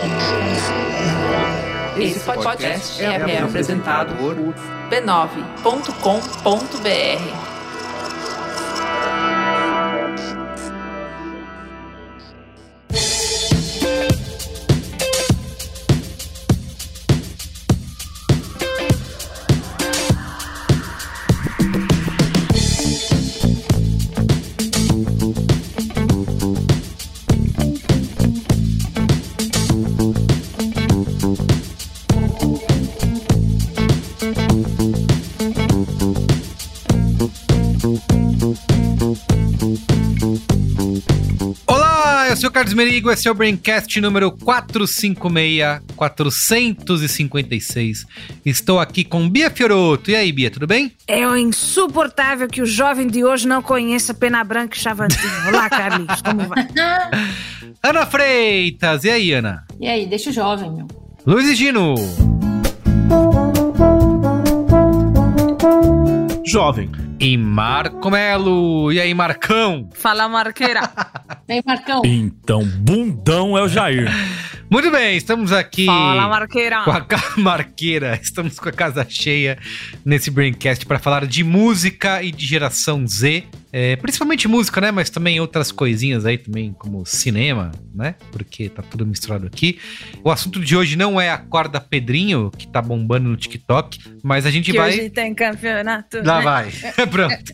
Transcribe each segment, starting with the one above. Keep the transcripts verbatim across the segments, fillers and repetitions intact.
Esse podcast é, é apresentado por b nove ponto com ponto b r. Carlos Merigo, esse é o Braincast número quatrocentos e cinquenta e seis, quatrocentos e cinquenta e seis. Estou aqui com Bia Fiorotto. E aí, Bia, tudo bem? É insuportável que o jovem de hoje não conheça Pena Branca e Chavantinho. Olá, Carlinhos, como vai? Ana Freitas. E aí, Ana? E aí, deixa o jovem, meu. Luiz e Gino. Jovem. E Marco Melo. E aí, Marcão? Fala, Marqueira. E aí, Marcão? Então, bundão é o Jair. Muito bem, estamos aqui... Fala, Marqueira. Com a Marqueira. Estamos com a casa cheia nesse Braincast para falar de música e de geração Z. É, principalmente música, né? Mas também outras coisinhas aí também, como cinema, né? Porque tá tudo misturado aqui. O assunto de hoje não é a corda Pedrinho, que tá bombando no TikTok, mas a gente que vai... hoje tem campeonato. Lá né? vai. Pronto.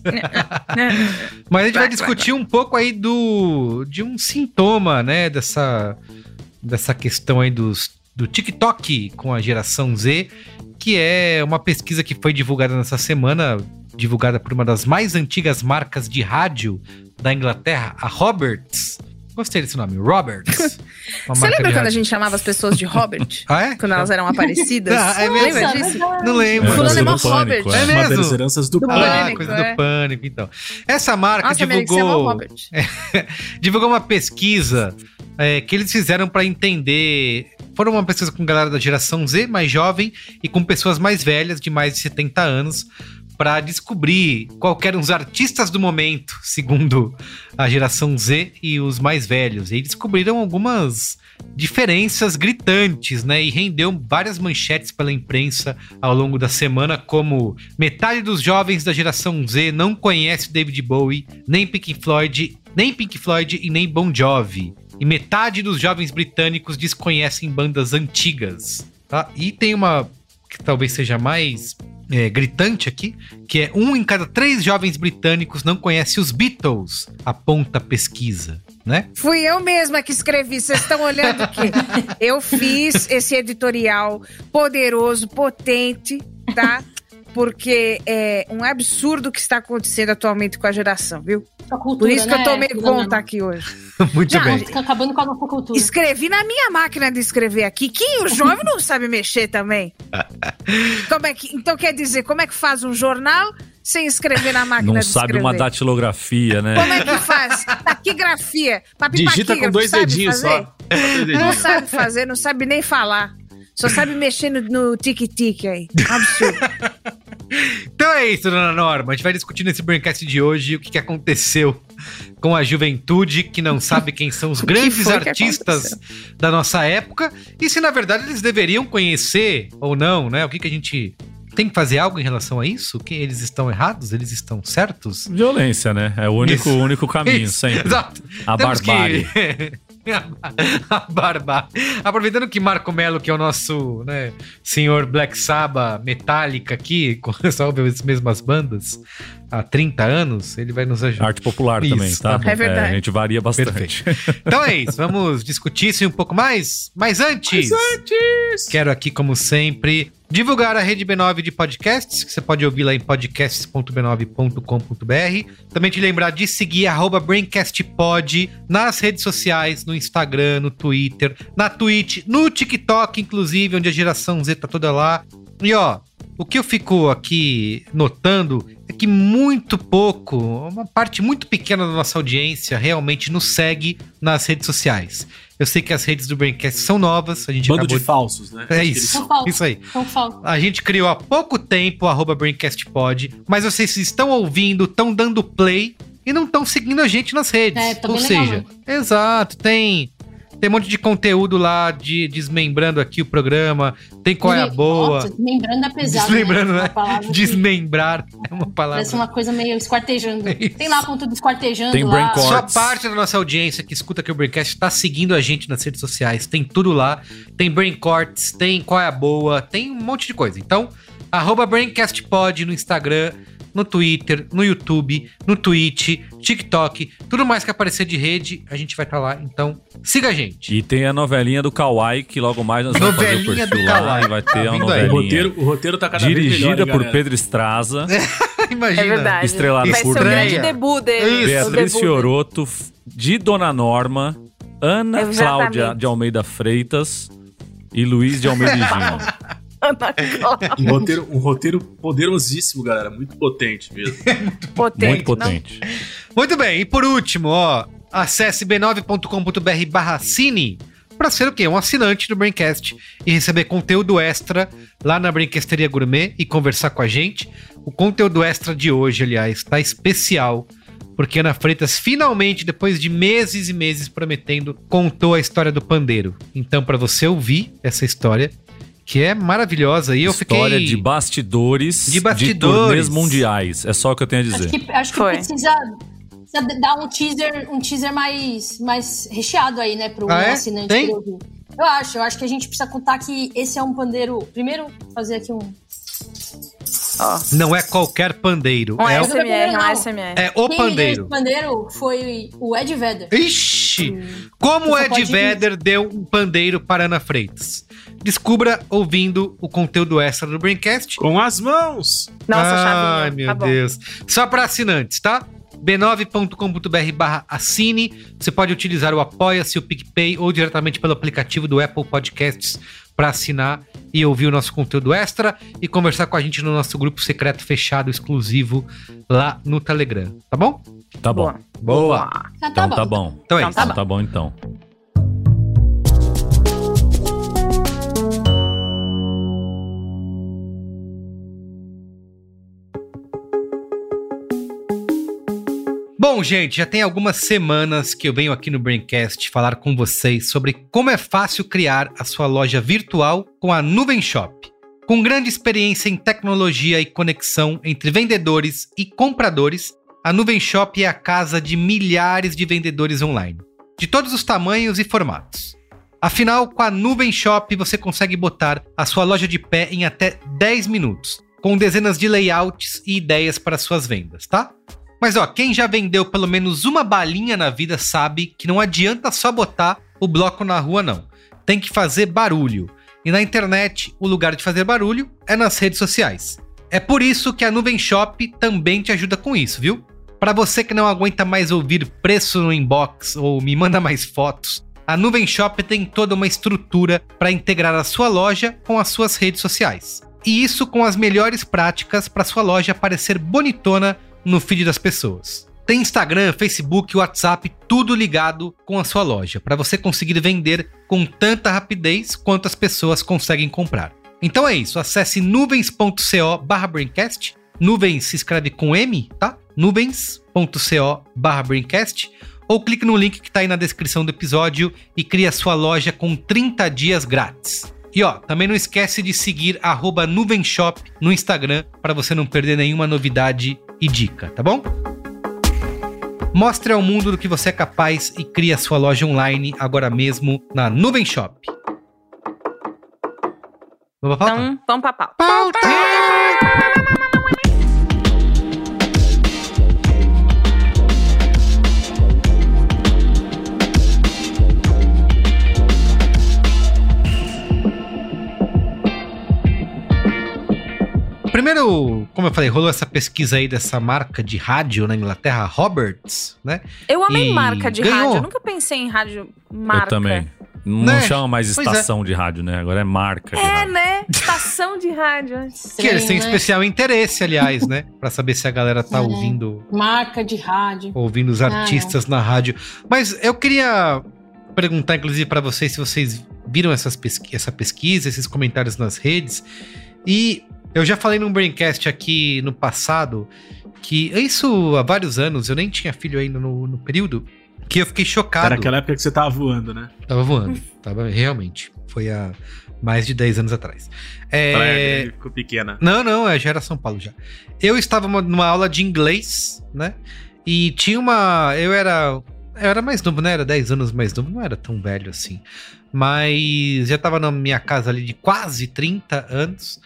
Mas a gente vai, vai discutir vai, vai. um pouco aí do... de um sintoma, né? Dessa... dessa questão aí dos, do TikTok com a geração Z, que é uma pesquisa que foi divulgada nessa semana, divulgada por uma das mais antigas marcas de rádio da Inglaterra, a Roberts. Gostei desse nome, Roberts. Você lembra quando a gente chamava as pessoas de Robert? Ah, é? Quando elas eram aparecidas? Ah, é mesmo? Lembra disso? Não lembro. É, Fulano é uma Robert. É, é mesmo? uma das heranças do, do pânico. Ah, pânico, coisa é. do pânico, então. Essa marca Nossa, divulgou... Robert. É, divulgou uma pesquisa é, que eles fizeram para entender... Foram uma pesquisa com galera da geração Z, mais jovem, e com pessoas mais velhas, de mais de setenta anos, para descobrir qual eram os artistas do momento, segundo a geração Z e os mais velhos. E descobriram algumas diferenças gritantes, né? E rendeu várias manchetes pela imprensa ao longo da semana, como metade dos jovens da geração Z não conhece David Bowie, nem Pink Floyd, nem Pink Floyd e nem Bon Jovi. E metade dos jovens britânicos desconhecem bandas antigas, tá? E tem uma que talvez seja mais é, gritante aqui, que é um em cada três jovens britânicos não conhece os Beatles, aponta a pesquisa, né? Fui eu mesma que escrevi, vocês estão olhando aqui. Eu fiz esse editorial poderoso, potente, tá? Porque é um absurdo o que está acontecendo atualmente com a geração, viu? A cultura, Por isso que né? eu tomei Não, conta não. aqui hoje. Muito Já, bem. Fica acabando com a nossa cultura. Escrevi na minha máquina de escrever aqui, que o jovem não sabe mexer também. Como é que, então quer dizer, como é que faz um jornal sem escrever na máquina Não de sabe escrever? uma datilografia, né? Como é que faz? Taquigrafia. Digita com dois dedinhos fazer? só. Dois dedinhos. Não sabe fazer, não sabe nem falar. Só sabe mexer no, no tique-tique aí. Absurdo. Então é isso, dona Norma. A gente vai discutir nesse Braincast de hoje o que, que aconteceu com a juventude que não sabe quem são os grandes foi que artistas da nossa época e se na verdade eles deveriam conhecer ou não, né? O que, que a gente... Tem que fazer algo em relação a isso? Que eles estão errados? Eles estão certos? Violência, né? É o único, Isso. único caminho, Isso. sempre. Exato. A Temos barbárie. Que... a barbárie. Aproveitando que Marco Melo, que é o nosso, né, senhor Black Sabbath, Metallica aqui, só ouve as mesmas bandas há trinta anos, ele vai nos ajudar. Arte popular Isso, também, tá? tá É verdade. a gente varia bastante. Então é isso, vamos discutir isso um pouco mais. Mas antes, Mas antes! quero aqui, como sempre, divulgar a Rede B nove de podcasts, que você pode ouvir lá em podcasts ponto b nove ponto com ponto b r. Também te lembrar de seguir arroba BraincastPod nas redes sociais, no Instagram, no Twitter, na Twitch, no TikTok, inclusive, onde a geração Z tá toda lá. E ó, o que eu fico aqui notando é que muito pouco, uma parte muito pequena da nossa audiência realmente nos segue nas redes sociais. Eu sei que as redes do Braincast são novas, a gente Bando acabou de falsos, né? É Acho que isso, São falsos. isso aí. São falsos. A gente criou há pouco tempo o arroba BraincastPod, mas vocês estão ouvindo, estão dando play e não estão seguindo a gente nas redes. É, tá Ou bem legal, seja, exato, tem... Tem um monte de conteúdo lá, de, desmembrando aqui o programa. Tem qual é a boa. Nossa, desmembrando é pesado. Desmembrando, né? né? Uma palavra Desmembrar é uma palavra. Parece uma coisa meio esquartejando. Tem lá ponto do esquartejando Tem lá. brain core. Só parte da nossa audiência que escuta aqui o Braincast tá seguindo a gente nas redes sociais. Tem tudo lá. Tem Brain Cortes, tem qual é a boa, tem um monte de coisa. Então, arroba BraincastPod no Instagram, no Twitter, no YouTube, no Twitch, TikTok, tudo mais que aparecer de rede, a gente vai estar tá lá. Então, siga a gente. E tem a novelinha do Kawaii, que logo mais nós vamos fazer o Novelinha perfil do lá Kawaii. e vai ter Tá uma vindo aí. novelinha. O roteiro, o roteiro tá cada vez Dirigida melhor, hein, por galera? Pedro Estraza, Imagina. É verdade. Estrelado Vai por ser o mim. grande debut dele. Isso. o Beatriz debut Fioroto, f- de Dona Norma, Ana Exatamente. Cláudia de Almeida Freitas e Luiz de Almeida Gino. Ana Cláudia. Um roteiro, um roteiro poderosíssimo, galera. Muito potente mesmo. Potente. Muito potente. Muito bem, e por último, ó, acesse b nove ponto com ponto b r barra cine para ser o quê? Um assinante do Braincast e receber conteúdo extra lá na Braincasteria Gourmet e conversar com a gente. O conteúdo extra de hoje, aliás, tá especial, porque Ana Freitas finalmente, depois de meses e meses prometendo, contou a história do pandeiro. Então, para você ouvir essa história, que é maravilhosa, e eu História fiquei... de bastidores De bastidores. turnês mundiais. É só o que eu tenho a Acho dizer. que, acho que Foi. precisa, precisa dar um teaser, um teaser mais, mais recheado aí, né, pro Ah, é? assinante Tem? que ouvir. Eu acho, eu acho que a gente precisa contar que esse é um pandeiro. Primeiro, fazer aqui um. Ó, Não é qualquer pandeiro, um é, o, S M R, um Não. S M R. é o Quem pandeiro. Esse pandeiro foi o Ed Vedder. Ixi! Como o Você Ed pode Vedder deu um pandeiro para Ana Freitas? Descubra ouvindo o conteúdo extra do Braincast. Com as mãos! Nossa, Ai, chavinha. meu Tá bom. Deus. Só para assinantes, tá? b nove ponto com ponto b r barra assine. Você pode utilizar o Apoia-se, o PicPay ou diretamente pelo aplicativo do Apple Podcasts para assinar e ouvir o nosso conteúdo extra e conversar com a gente no nosso grupo secreto fechado exclusivo lá no Telegram, tá bom? Tá bom. Boa. Boa! Ah, Então tá bom. Então é Então isso. tá Então tá bom, então. Bom, gente, já tem algumas semanas que eu venho aqui no Braincast falar com vocês sobre como é fácil criar a sua loja virtual com a Nuvem Shop. Com grande experiência em tecnologia e conexão entre vendedores e compradores, a Nuvem Shop é a casa de milhares de vendedores online, de todos os tamanhos e formatos. Afinal, com a Nuvem Shop você consegue botar a sua loja de pé em até dez minutos, com dezenas de layouts e ideias para suas vendas, tá? Mas ó, quem já vendeu pelo menos uma balinha na vida sabe que não adianta só botar o bloco na rua não. Tem que fazer barulho. E na internet, o lugar de fazer barulho é nas redes sociais. É por isso que a Nuvem Shop também te ajuda com isso, viu? Para você que não aguenta mais ouvir preço no inbox ou me manda mais fotos, a Nuvem Shop tem toda uma estrutura para integrar a sua loja com as suas redes sociais. E isso com as melhores práticas para sua loja parecer bonitona no feed das pessoas. Tem Instagram, Facebook, WhatsApp, tudo ligado com a sua loja, para você conseguir vender com tanta rapidez quanto as pessoas conseguem comprar. Então é isso, acesse nuvens.co barra Braincast, nuvens se escreve com M, tá? nuvens.co barra Braincast, ou clique no link que tá aí na descrição do episódio e crie a sua loja com trinta dias grátis. E ó, também não esquece de seguir arroba Nuvenshop no Instagram para você não perder nenhuma novidade e dica, tá bom? Mostre ao mundo do que você é capaz e crie a sua loja online agora mesmo na Nuvem Shop. Vamos pra pauta? Então, vamos pra pauta. Pauta! Primeiro, como eu falei, rolou essa pesquisa aí dessa marca de rádio na Inglaterra, Roberts, né? Eu amei E marca de ganhou. rádio. Eu nunca pensei em rádio marca. Eu também. Não Né? chama mais Pois é. estação de rádio, né? Agora é marca de É, rádio. né? Estação de rádio. Que eles têm né? especial interesse, aliás, né? Pra saber se a galera tá É. ouvindo, Marca de rádio. ouvindo os artistas na rádio. Mas eu queria perguntar, inclusive, pra vocês se vocês viram essas pesqui- essa pesquisa, esses comentários nas redes. E eu já falei num Braincast aqui no passado que isso há vários anos, eu nem tinha filho ainda no, no período, que eu fiquei chocado. Era aquela época que você tava voando, né? Tava voando, tava realmente. Foi há mais de dez anos atrás. É... Praia ficou pequena. Não, não, é, já era São Paulo já. Eu estava numa aula de inglês, né? E tinha uma... Eu era... Eu era mais novo, né? Era dez anos mais novo, não era tão velho assim. Mas já tava na minha casa ali de quase trinta anos.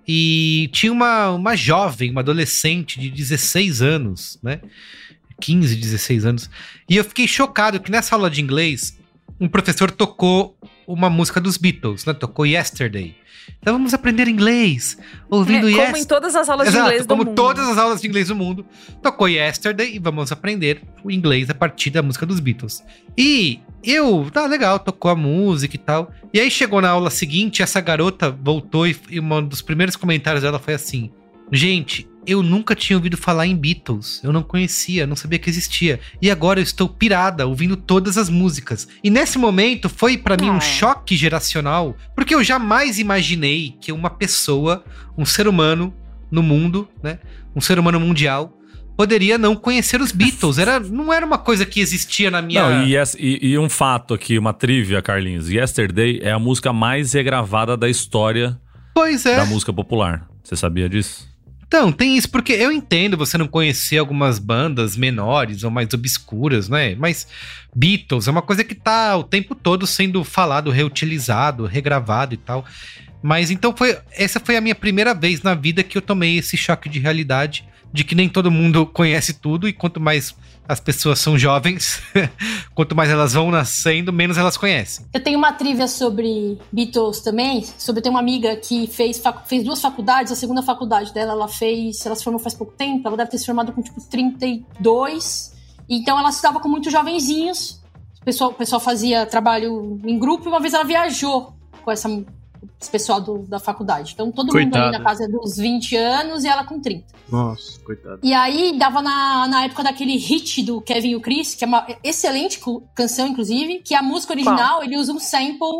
E tinha uma, uma jovem, uma adolescente de dezesseis anos, né? quinze, dezesseis anos. E eu fiquei chocado que nessa aula de inglês, um professor tocou uma música dos Beatles, né? Tocou Yesterday. Então vamos aprender inglês, ouvindo é, Yesterday. Como em todas as aulas Exato, de inglês do como mundo. todas as aulas de inglês do mundo. Tocou Yesterday e vamos aprender o inglês a partir da música dos Beatles. E eu, tá legal, tocou a música e tal. E aí chegou na aula seguinte, essa garota voltou e, e um dos primeiros comentários dela foi assim: gente, eu nunca tinha ouvido falar em Beatles. Eu não conhecia, não sabia que existia. E agora eu estou pirada, ouvindo todas as músicas. E nesse momento foi pra mim um É. choque geracional, porque eu jamais imaginei que uma pessoa, um ser humano no mundo, né, um ser humano mundial, poderia não conhecer os Beatles. Era, não era uma coisa que existia na minha... Não, e, yes- e- e um fato aqui, uma trivia, Carlinhos. Yesterday é a música mais regravada da história Pois é. da música popular. Você sabia disso? Então, tem isso, porque eu entendo você não conhecer algumas bandas menores ou mais obscuras, né? Mas Beatles é uma coisa que tá o tempo todo sendo falado, reutilizado, regravado e tal. Mas então foi, essa foi a minha primeira vez na vida que eu tomei esse choque de realidade, de que nem todo mundo conhece tudo, e quanto mais as pessoas são jovens, quanto mais elas vão nascendo, menos elas conhecem. Eu tenho uma trivia sobre Beatles também. Sobre, eu tenho uma amiga que fez, facu- fez duas faculdades. A segunda faculdade dela, ela fez... Ela se formou faz pouco tempo. Ela deve ter se formado com, tipo, trinta e dois. Então, ela estudava com muitos jovenzinhos. O pessoal, o pessoal fazia trabalho em grupo. E uma vez ela viajou com essa, esse pessoal do, da faculdade. Então, todo mundo Coitada. ali na casa dos vinte anos e ela com trinta. Nossa, coitado. E aí, dava na, na época daquele hit do Kevin e o Chris, que é uma excelente cu- canção, inclusive, que a música original, ele usa um sample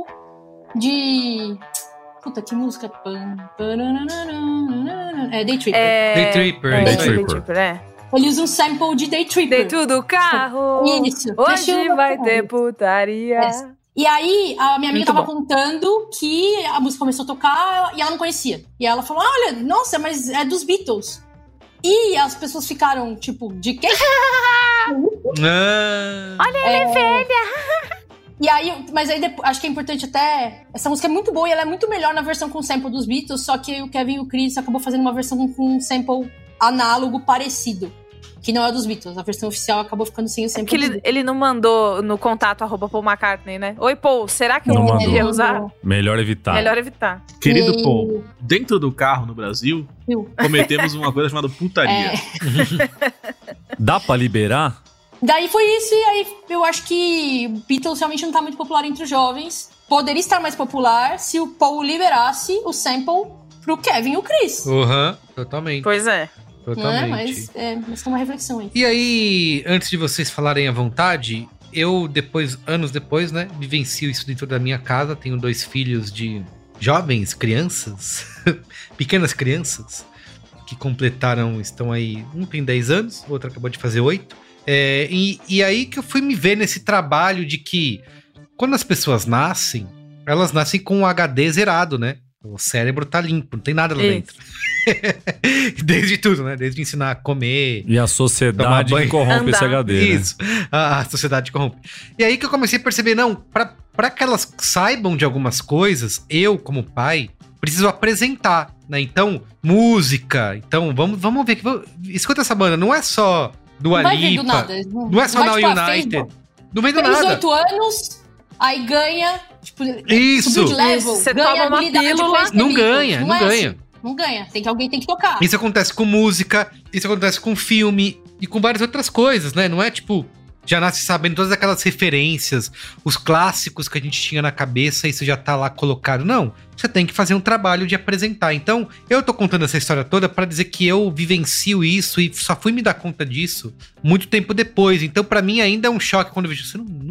de... Puta, que música? Pam, pananana, É Day Tripper. É... Day Tripper, é, isso aí. Day Tripper, é. Ele usa um sample de Day Tripper. Dentro do carro. Isso. Hoje Deixa eu- vai ter putaria. É. E aí, a minha amiga Muito tava bom. contando que a música começou a tocar e ela não conhecia. E ela falou, olha, nossa, mas é dos Beatles. E as pessoas ficaram, tipo, de quê? Ah, E aí, mas aí depois, acho que é importante até... Essa música é muito boa e ela é muito melhor na versão com sample dos Beatles, só que o Kevin e o Chris acabou fazendo uma versão com um sample análogo parecido, que não é dos Beatles. A versão oficial acabou ficando sem o sample Que dos ele, Beatles. ele não mandou no contato arroba Paul McCartney, né? Oi, Paul, será que eu Não não mandou. poderia usar? Melhor evitar. Melhor evitar. Querido E- Paul, dentro do carro no Brasil, Viu? cometemos uma coisa chamada putaria. É. Dá pra liberar? Daí foi isso, e aí eu acho que Beatles realmente não tá muito popular entre os jovens. Poderia estar mais popular se o Paul liberasse o sample pro Kevin e o Chris. Aham, totalmente, Pois é. totalmente. Né? Mas, é, mas tem uma reflexão aí. E aí, antes de vocês falarem à vontade, eu depois, anos depois, né, vivencio isso dentro da minha casa. Tenho dois filhos de jovens, crianças, pequenas crianças, que completaram, estão aí, um tem dez anos, o outro acabou de fazer oito. É, e, e aí que eu fui me ver nesse trabalho de que, quando as pessoas nascem, elas nascem com um H D zerado, né? O cérebro tá limpo, não tem nada lá Isso. dentro. Desde tudo, né? Desde ensinar a comer, E a Tomar sociedade banho. que corrompe Andar. esse H D, né? isso, a, a sociedade corrompe. E aí que eu comecei a perceber, não, pra, pra que elas saibam de algumas coisas, eu, como pai, preciso apresentar, né? Então, música, então, vamos, vamos ver aqui, vamos- escuta essa banda, não é só Dua Não vai vir do Lipa, nada. não é só vai, Now tipo, a United, Facebook, não vem do tem nada. dezoito anos, aí ganha, tipo, Isso. subiu de level, Isso, você ganha toma uma habilidade de pílula. conhecer Não Beatles. ganha, não é ganha. assim. Não ganha, tem que alguém tem que tocar. Isso acontece com música, isso acontece com filme e com várias outras coisas, né? Não é tipo, já nasce sabendo todas aquelas referências, os clássicos que a gente tinha na cabeça, isso já tá lá colocado. Não, você tem que fazer um trabalho de apresentar. Então, eu tô contando essa história toda pra dizer que eu vivencio isso e só fui me dar conta disso muito tempo depois. Então, pra mim, ainda é um choque quando eu vejo, você não, não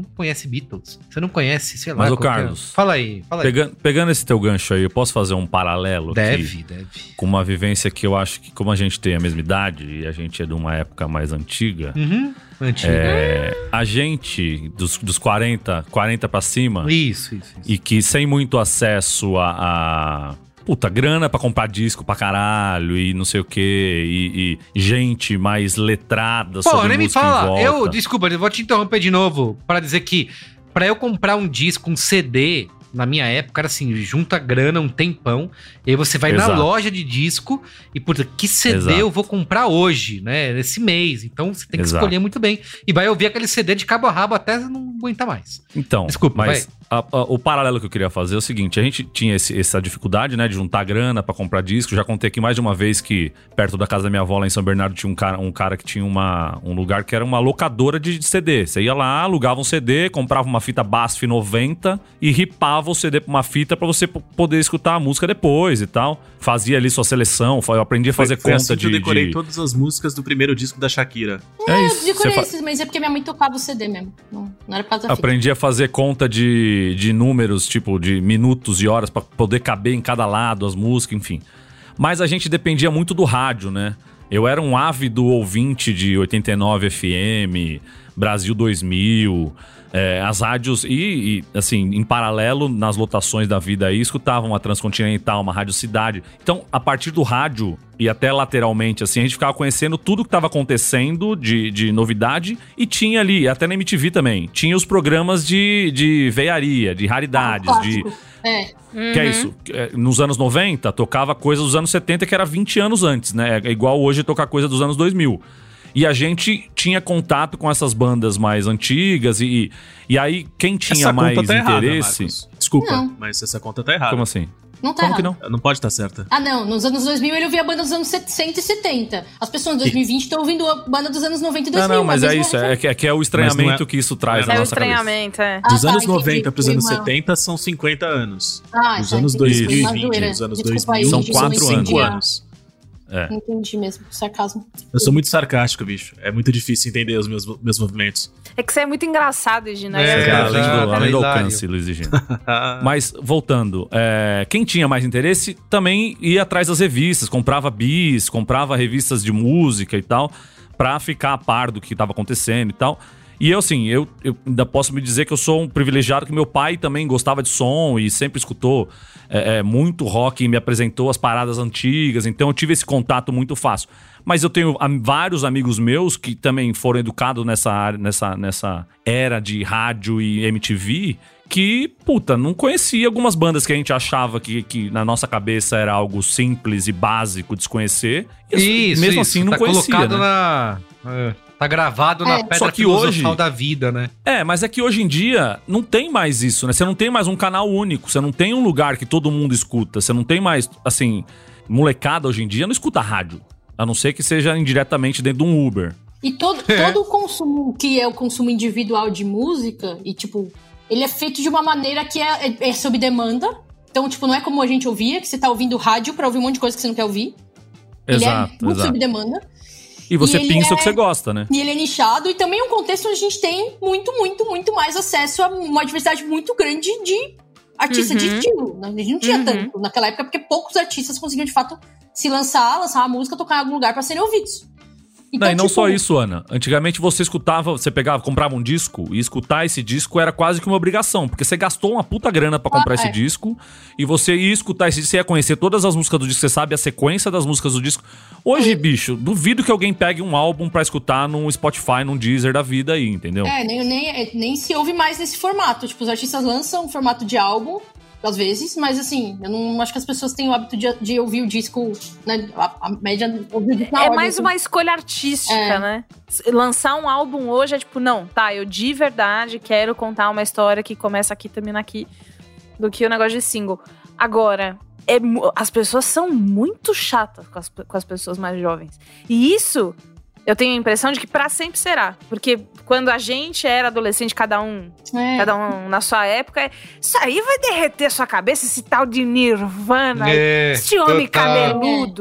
não conhece Beatles. Você não conhece, sei lá. Mas, ô qualquer... Carlos, Fala aí, fala aí. Pegando, pegando esse teu gancho aí, eu posso fazer um paralelo Deve, aqui, deve. com uma vivência que eu acho que, como a gente tem a mesma idade e a gente é de uma época mais antiga, Uhum. Antigo. é, a gente, dos, dos quarenta, quarenta pra cima, Isso, isso, isso. e que sem muito acesso a, a puta, grana pra comprar disco pra caralho e não sei o quê, e, e gente mais letrada Pô, sobre nem me música em fala. volta. Eu, desculpa, eu vou te interromper de novo para dizer que pra eu comprar um disco, um C D, na minha época, era assim, junta grana um tempão, e aí você vai Exato. na loja de disco e, puta, que C D Exato. eu vou comprar hoje, né? Esse mês. Então você tem que Exato. escolher muito bem. E vai ouvir aquele C D de cabo a rabo até não aguentar mais. Então, Desculpa, mas a- a- o paralelo que eu queria fazer é o seguinte: a gente tinha esse- essa dificuldade, né, de juntar grana pra comprar disco. Já contei aqui mais de uma vez que perto da casa da minha avó, lá em São Bernardo, tinha um cara, um cara que tinha uma, um lugar que era uma locadora de C D. Você ia lá, alugava um C D, comprava uma fita B A S F noventa e ripava o C D pra uma fita pra você p- poder escutar a música depois e tal. Fazia ali sua seleção, eu aprendi a fazer Foi conta assim que de... eu decorei de- todas as músicas do primeiro disco da Shakira. É isso. Eu decorei Você fa- esses, mas é porque minha mãe tocava o C D mesmo. Não, não era por causa da fita. Aprendi a fazer conta de, de números, tipo, de minutos e horas pra poder caber em cada lado as músicas, enfim. Mas a gente dependia muito do rádio, né? Eu era um ávido ouvinte de oitenta e nove F M, Brasil dois mil, é, as rádios e, e, assim, em paralelo, nas lotações da vida aí, escutavam uma Transcontinental, uma Rádio Cidade. Então, a partir do rádio e até lateralmente, assim, a gente ficava conhecendo tudo que estava acontecendo de, de novidade e tinha ali, até na M T V também, tinha os programas de, de veiaria, de raridades, Ah, de... clássico. É. Que é isso? É, nos anos noventa, tocava coisa dos anos setenta, que era vinte anos antes, né? É igual hoje tocar coisa dos anos dois mil. E a gente tinha contato com essas bandas mais antigas e, e aí quem tinha Essa mais conta tá errada, interesse... Marcos. Desculpa, Não. mas essa conta tá errada. Como assim? Não tá Como que errado. não? Não pode estar certa. Ah, não. Nos anos dois mil ele ouvia a banda dos anos cento e setenta. As pessoas em dois mil e vinte estão ouvindo a banda dos anos noventa e dois Não, mil. não, mas a é mesma isso. É, referência. que- é que é o estranhamento Mas não é- que isso traz é na É o nossa cabeça. estranhamento, é. Ah, Dos tá, anos entendi. noventa pros Foi anos mal. setenta são cinquenta anos. Ah, Dos tá, anos entendi. dois mil e Uma vinte, zoeira. dos anos Desculpa dois aí, mil, São gente, quatro eu não anos. cinco entendi. anos. É. Entendi mesmo, sarcasmo. Eu sou muito sarcástico, bicho. É muito difícil entender os meus, meus movimentos. É que você é muito engraçado, Gina. É, Aí É, eu- além do, exato, além do hilário. alcance, Luiz e Gino. Mas, voltando, é, quem tinha mais interesse também ia atrás das revistas, comprava bis, comprava revistas de música e tal, pra ficar a par do que tava acontecendo e tal. E eu, assim, eu, eu ainda posso me dizer que eu sou um privilegiado, que meu pai também gostava de som e sempre escutou é, é, muito rock e me apresentou as paradas antigas, então eu tive esse contato muito fácil. Mas eu tenho am- vários amigos meus que também foram educados nessa área, nessa, nessa era de rádio e M T V, que, puta, não conhecia algumas bandas que a gente achava que, que na nossa cabeça era algo simples e básico de se conhecer. E Isso, mesmo isso. assim não tá conhecia, colocado né? na... é, tá gravado na É. pedra Só que filosofal hoje- da vida, né? É, mas é que hoje em dia não tem mais isso, né? Você não tem mais um canal único, você não tem um lugar que todo mundo escuta, você não tem mais, assim, molecada hoje em dia não escuta rádio, a não ser que seja indiretamente dentro de um Uber. E todo, É. todo o consumo que é o consumo individual de música, e tipo, ele é feito de uma maneira que é, é, é sob demanda. Então, tipo, não é como a gente ouvia, que você tá ouvindo rádio pra ouvir um monte de coisa que você não quer ouvir. Ele Exato, é muito exato. sob demanda. E você E ele pinça é- o que você gosta, né? E ele é nichado, e também é um contexto onde a gente tem muito, muito, muito mais acesso a uma diversidade muito grande de artistas de Uhum. estilo. Né? A gente não tinha Uhum. tanto naquela época, porque poucos artistas conseguiam, de fato, se lançar, lançar uma música, tocar em algum lugar pra serem ouvidos. Então, Não, e não tipo, só isso, Ana. Antigamente você escutava, você pegava, comprava um disco, e escutar esse disco era quase que uma obrigação, porque você gastou uma puta grana pra comprar Ah, esse é. disco, e você ia escutar esse disco, você ia conhecer todas as músicas do disco, você sabe a sequência das músicas do disco. Hoje, bicho, duvido que alguém pegue um álbum pra escutar num Spotify, num Deezer da vida aí, entendeu? É, nem, nem, é, nem se ouve mais nesse formato. Tipo, os artistas lançam um formato de álbum, às vezes, mas assim, eu não acho que as pessoas têm o hábito de, de ouvir o disco, né? A, a média ouvir o disco na É ordem, mais assim. uma escolha artística, É. né? Lançar um álbum hoje é tipo, não, tá, eu de verdade quero contar uma história que começa aqui e termina aqui, do que o negócio de single. Agora, é, mu- as pessoas são muito chatas com as, com as pessoas mais jovens. E isso, eu tenho a impressão de que pra sempre será. Porque quando a gente era adolescente, cada um É. cada um na sua época, é, isso aí vai derreter sua cabeça, esse tal de Nirvana, É, esse homem total. cabeludo.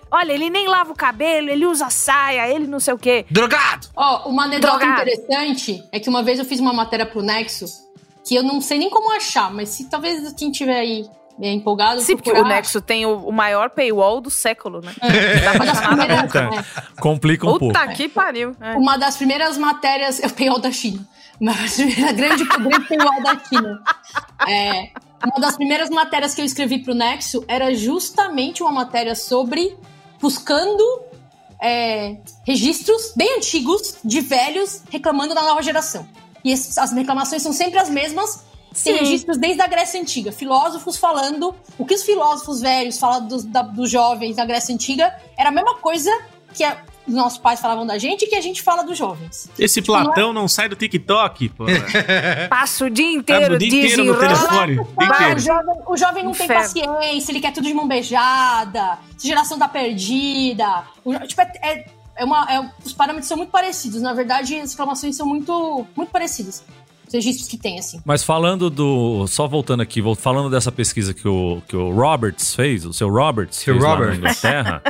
Olha, ele nem lava o cabelo, ele usa saia, ele não sei o quê. Drogado! Ó, uma anedota Drogado. interessante é que uma vez eu fiz uma matéria pro Nexo, que eu não sei nem como achar, mas se talvez quem tiver aí é, empolgado... Sim, porque procurar, o Nexo tem o, o maior paywall do século, né? É, Dá pra uma das chamar nada. primeiras, né? Complica um Puta pouco. que pariu. É. Uma das primeiras matérias... Eu paywall da China. Mas a grande, grande paywall da China. É, uma das primeiras matérias que eu escrevi pro Nexo era justamente uma matéria sobre buscando é, registros bem antigos de velhos reclamando da nova geração. E esses, as reclamações são sempre as mesmas. Tem Sim. registros desde a Grécia Antiga. Filósofos falando... O que os filósofos velhos falam dos, da, dos jovens da Grécia Antiga era a mesma coisa que a, os nossos pais falavam da gente e que a gente fala dos jovens. Esse Platão não sai do TikTok, pô. Passa o dia Tá inteiro, o dia inteiro no desenrola. telefone. o dia Ah, inteiro. o, jovem, o jovem não Inferno. tem paciência, ele quer tudo de mão beijada, essa geração tá perdida. O, tipo, é, é, é uma, é, os parâmetros são muito parecidos. Na verdade, as reclamações são muito, muito parecidas. Os registros que tem, assim. Mas falando do... Só voltando aqui, vou- falando dessa pesquisa que o, que o Roberts fez, o seu Roberts Seu fez lá Robert. na Inglaterra,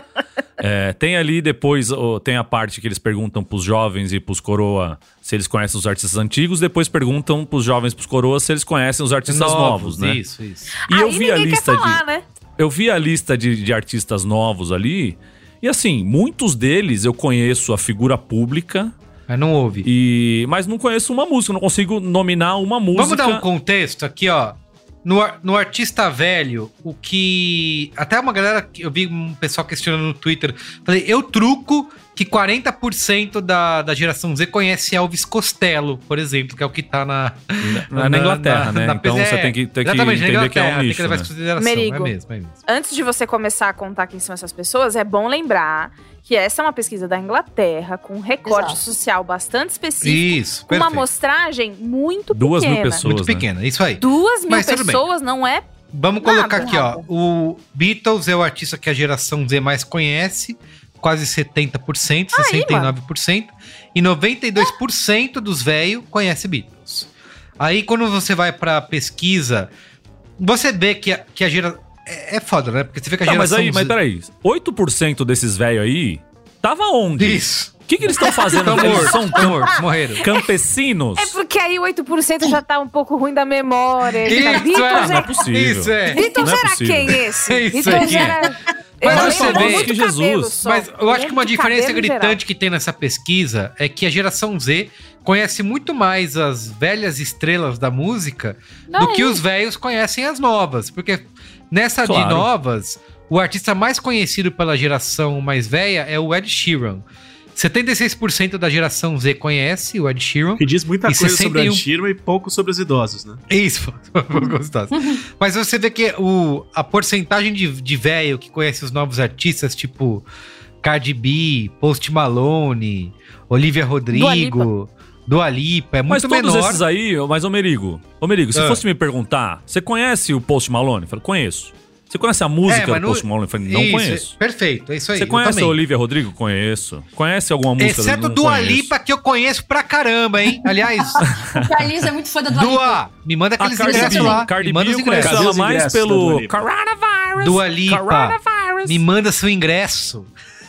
é, tem ali depois, ó, tem a parte que eles perguntam pros jovens e pros coroa se eles conhecem os artistas antigos, depois perguntam pros jovens e pros coroas se eles conhecem os artistas novos, né? Isso, isso. E Aí eu vi a ninguém lista quer falar, de... né? Eu vi a lista de, de artistas novos ali, e assim, muitos deles eu conheço a figura pública, Mas não ouve. e mas não conheço uma música, não consigo nominar uma música. Vamos dar um contexto aqui, ó. No, ar- no artista velho, o que... Até uma galera... que Eu vi um pessoal questionando no Twitter. Falei, eu truco que quarenta por cento da, da geração Z conhece Elvis Costello, por exemplo, que é o que tá na... Na, na Inglaterra, né? na- então é, você tem que, tem que exatamente, na entender que é um Inglaterra, nicho, tem que levar né? isso em consideração. Merigo. É mesmo, é mesmo. Antes de você começar a contar quem são essas pessoas, é bom lembrar que essa é uma pesquisa da Inglaterra, com um recorte Exato. social bastante específico, Isso, com uma perfeito. amostragem muito Duas pequena. mil pessoas. Muito né? pequena, isso aí. Duas mil Mas tudo bem. pessoas não é... Vamos Nada, colocar aqui, ó. nada. O Beatles é o artista que a geração Z mais conhece, quase setenta por cento, Aí, sessenta e nove por cento. E noventa e dois por cento dos velhos conhece Beatles. Aí, quando você vai pra pesquisa, você vê que a, que a geração... É, é foda, né? Porque você vê que a Não, mas geração aí, mas Z... peraí, oito por cento desses velhos aí, tava onde? Isso. O que, que eles estão fazendo? Estão Eles mortos, são estão mortos, morreram. campesinos? É porque aí oito por cento já tá um pouco ruim da memória. Isso, Beatles é, não é possível. Isso é. Beatles Não é era possível. quem esse? É isso Beatles aí. era... Mas Eu você lembro vê muito que cabelo Jesus- só. Mas eu acho que uma lembro de diferença cabelo em geral. gritante que tem nessa pesquisa é que a geração Z conhece muito mais as velhas estrelas da música Não, do que é. os velhos conhecem as novas. Porque nessa de Claro. novas, o artista mais conhecido pela geração mais velha é o Ed Sheeran. setenta e seis por cento da geração Z conhece o Ed Sheeran. Que diz muita E coisa sobre sessenta e um a Sheeran e pouco sobre os idosos, né? Isso, gostoso. Mas você vê que o, a porcentagem de, de velho que conhece os novos artistas, tipo Cardi B, Post Malone, Olivia Rodrigo, Dua Lipa, é Mas muito todos menor. esses aí, mas ô Merigo, ô Merigo, se Ah. fosse me perguntar, você conhece o Post Malone? Eu falei, conheço. Você conhece a música É, mas do não- Post Malone? Eu falei, não Isso, conheço. é- perfeito, é isso aí. Você eu conhece a também. Olivia Rodrigo? Conheço. Conhece alguma música Exceto dele? Não Dua conheço. Lipa, que eu conheço pra caramba, hein? Aliás, Porque a Liz é muito fã da Dua Lipa. Dua, me manda A aqueles Cardi ingressos B, lá. Cardi me B manda os eu conheço ingressos. Cadê ela os mais ingressos da Dua pelo Lipa? Coronavirus. Dua Lipa, Coronavirus. me manda seu ingresso.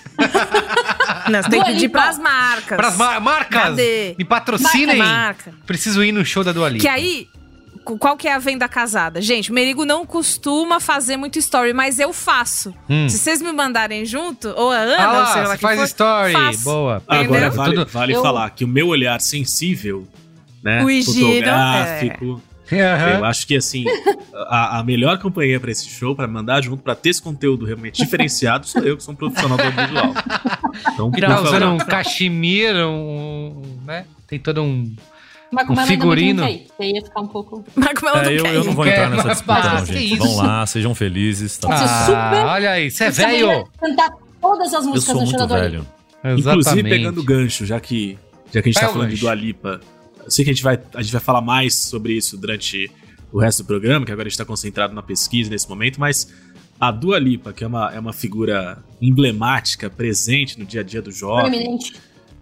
Não, você tem que Dua pedir Lipa. pras marcas. Pras mar- marcas, Cadê? me patrocinem. Marca. Preciso ir no show da Dua Lipa. Que aí, cu- qual que é a venda casada? Gente, o Merigo não costuma fazer muito story, mas eu faço. Hum. Se vocês me mandarem junto, ou a Ana, Ah ou lá, sei lá você quem faz for, story. faço. Boa. Agora, Entendeu? vale, Tudo- vale eu- falar que o meu olhar sensível, né, O Higino, fotográfico, Aham. eu acho que, assim, a, a melhor companhia pra esse show, pra mandar junto, pra ter esse conteúdo realmente diferenciado, sou eu, que sou um profissional do audiovisual. Então, por Tá favor, usando um cachemira, um, né? Tem todo um... Marco Um Melo ainda bem que figurino. não quer ir, porque aí ia ficar um pouco... Marco Melo É, não eu, quer eu não ir. vou Quer, entrar nessa mas disputa, para, não, que gente. isso? Vão lá, sejam felizes. Tá Você Ah, super- olha aí, você é Você também velho. ia cantar todas as Eu músicas sou no show da muito Dua Lipa. velho. inclusive Exatamente. pegando o gancho, já que, já que a gente Vai tá o falando de gancho. Dua Lipa, eu sei que a gente, vai, a gente vai falar mais sobre isso durante o resto do programa, que agora a gente tá concentrado na pesquisa nesse momento, mas a Dua Lipa, que é uma, é uma figura emblemática, presente no dia a dia do jovem, Proeminente.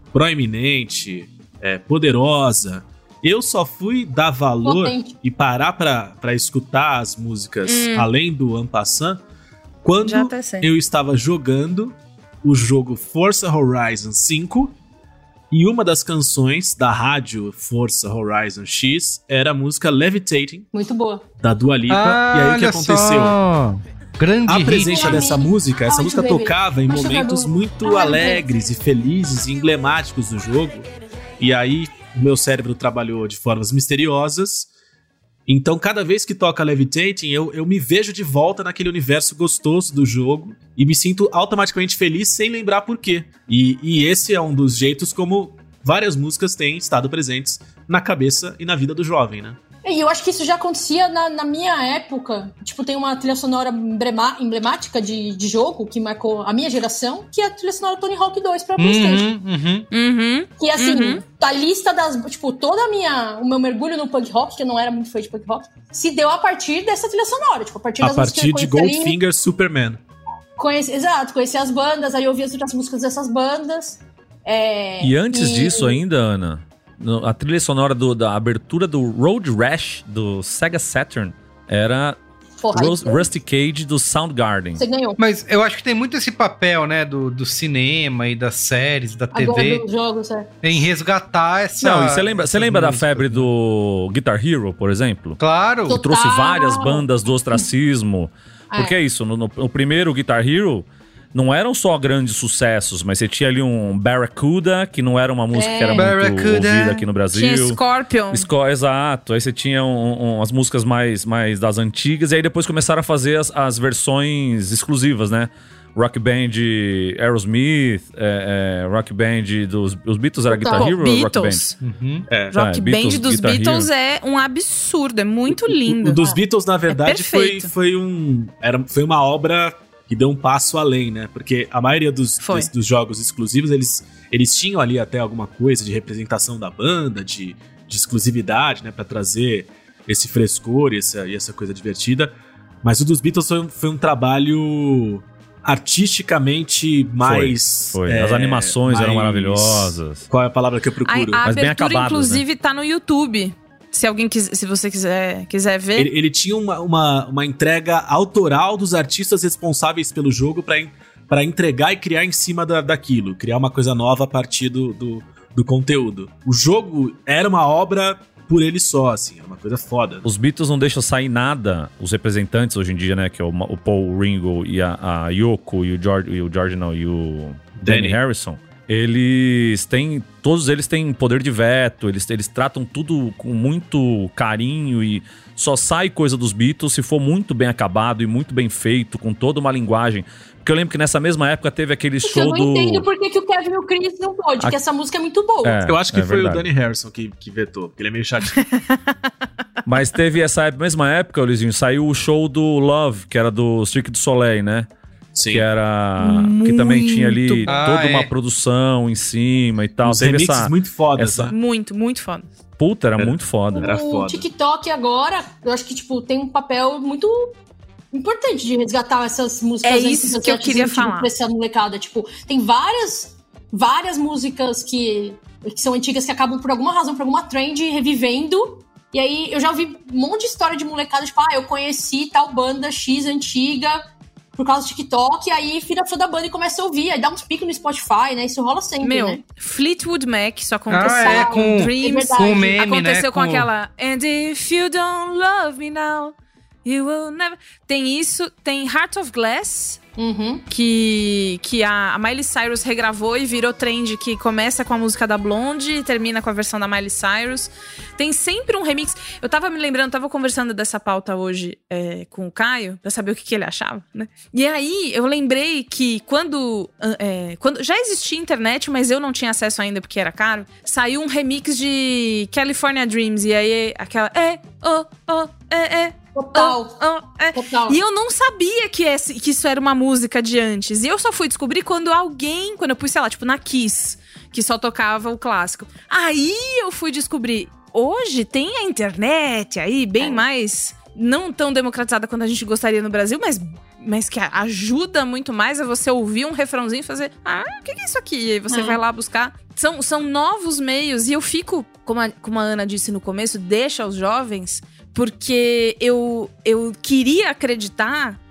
proeminente, é, poderosa. Eu só fui dar valor Potente. e parar pra, pra escutar as músicas Hum. além do En Passant quando Já até sei. eu estava jogando o jogo Forza Horizon cinco e uma das canções da rádio Forza Horizon X era a música Levitating, Muito boa. da Dua Lipa. Ah, e aí o que olha aconteceu? só. Grande A hit. presença dessa música, essa Ai, música baby. tocava em Ai, momentos jogador. muito Ai, alegres e felizes e emblemáticos do jogo. E aí o meu cérebro trabalhou de formas misteriosas. Então cada vez que toca Levitating, eu, eu me vejo de volta naquele universo gostoso do jogo e me sinto automaticamente feliz sem lembrar por quê. E, e esse é um dos jeitos como várias músicas têm estado presentes na cabeça e na vida do jovem, né? E eu acho que isso já acontecia na, na minha época. Tipo, tem uma trilha sonora emblema- emblemática de, de jogo que marcou a minha geração, que é a trilha sonora Tony Hawk dois pra PlayStation. Uhum, uhum. Uhum. Que assim, Uhum. a lista das. Tipo, toda a minha. O meu mergulho no punk rock, que eu não era muito fã de punk rock, se deu a partir dessa trilha sonora. Tipo, a partir A das músicas partir que de eu conheci ali, Goldfinger Superman. conheci, exato, conheci as bandas, aí eu ouvia as outras músicas dessas bandas. É, E antes e- disso ainda, Ana, no- a trilha sonora do- da abertura do Road Rash do Sega Saturn era Porra, Rus- aí Rusty Cage do Soundgarden. você ganhou. Mas eu acho que tem muito esse papel, né, do, do cinema e das séries, da T V, Agora dos jogos, é. em resgatar essa... Não, e você lembra, você essas lembra da músicas, febre né? do Guitar Hero, por exemplo? Claro. Total. Trouxe várias bandas do ostracismo. É. Porque é isso, no, no- no primeiro Guitar Hero não eram só grandes sucessos, mas você tinha ali um Barracuda, que não era uma música É. que era muito Barracuda. ouvida aqui no Brasil. Tinha Scorpion. Sco- Exato, aí você tinha um, um, as músicas mais, mais das antigas, e aí depois começaram a fazer as, as versões exclusivas, né? Rock Band Aerosmith, é, é, Rock Band dos os Beatles era Guitar Bom, Hero ou Rock Band? Beatles. Uhum. É. Rock É, Band Beatles, dos Guitar Beatles Hero. é um absurdo, é muito O, lindo. o dos Beatles, na verdade, foi, perfeito. foi um. Era, foi uma obra que deu um passo além, né? Porque a maioria dos, Foi. des- dos jogos exclusivos, eles, eles tinham ali até alguma coisa de representação da banda, de, de exclusividade, né? Pra trazer esse frescor e essa, e essa coisa divertida. Mas o dos Beatles foi um, foi um trabalho artisticamente mais. Foi. é, As animações eram mais- maravilhosas. Qual é a palavra que eu A, procuro? a Mas bem abertura, acabadas, inclusive, tá no YouTube. Se alguém quiser, se você quiser, quiser ver. Ele, ele tinha uma, uma, uma entrega autoral dos artistas responsáveis pelo jogo pra en- pra entregar e criar em cima da, daquilo. Criar uma coisa nova a partir do, do, do conteúdo. O jogo era uma obra por ele só, assim. Era uma coisa foda. Os Beatles não deixam sair nada, os representantes hoje em dia, né? Que é o, Ma- o Paul, o Ringo e a, a Yoko e o George, e o George não, e o Danny, Danny. Harrison. Eles têm, todos eles têm poder de veto, eles, eles tratam tudo com muito carinho e só sai coisa dos Beatles se for muito bem acabado e muito bem feito, com toda uma linguagem. Porque eu lembro que nessa mesma época teve aquele Isso show eu não do... entendo por que, que o Kevin e o Chris não pode, A- que essa música é muito boa. É, Eu acho que é foi verdade. o Danny Harrison que, que vetou, porque ele é meio chatinho. Mas teve essa época- mesma época, Luizinho, saiu o show do Love, que era do Cirque du Soleil, né? Sim. Que era. Que também tinha ali Muito bom. toda Ah, uma é. produção em cima e tal. Uns Teve remixes essa. muito fodas, essa- né? Muito, muito foda. Puta, era, Era- muito foda. Era o foda. TikTok agora, eu acho que, tipo, tem um papel muito importante de resgatar essas músicas. É antigas, isso que eu artistas queria antigos falar. pra essa molecada. Tipo, tem várias, várias músicas que, que são antigas que acabam por alguma razão, por alguma trend, revivendo. E aí, eu já ouvi um monte de história de molecada, tipo, ah, eu conheci tal banda X antiga por causa do TikTok, e aí vira fã da banda e começa a ouvir, aí dá uns picos no Spotify, né? Isso rola sempre, Meu, né? Fleetwood Mac, isso aconteceu. Ah, é, com, Dreams. É verdade. com o meme, Aconteceu né? com aquela And if you don't love me now, you will never... Tem isso, tem Heart of Glass, Uhum. que, que a, a Miley Cyrus regravou e virou trend, que começa com a música da Blonde e termina com a versão da Miley Cyrus. Tem sempre um remix. Eu tava me lembrando, tava conversando dessa pauta hoje é, com o Caio, pra saber o que, que ele achava, né? E aí, eu lembrei que quando, é, quando... Já existia internet, mas eu não tinha acesso ainda porque era caro. Saiu um remix de California Dreams. E aí, aquela... É, oh, oh, é, é... Total. Oh, oh, é. Total. E eu não sabia que, esse, que isso era uma música de antes. E eu só fui descobrir quando alguém... Quando eu pus, sei lá, tipo, na Kiss, que só tocava o clássico. Aí eu fui descobrir. Hoje tem a internet aí, bem É. mais... Não tão democratizada quanto a gente gostaria no Brasil, mas, mas que ajuda muito mais a você ouvir um refrãozinho e fazer... Ah, o que, que é isso aqui? E aí você É. vai lá buscar. São, são novos meios. E eu fico, como a, como a Ana disse no começo, deixa os jovens... Porque eu, eu queria acreditar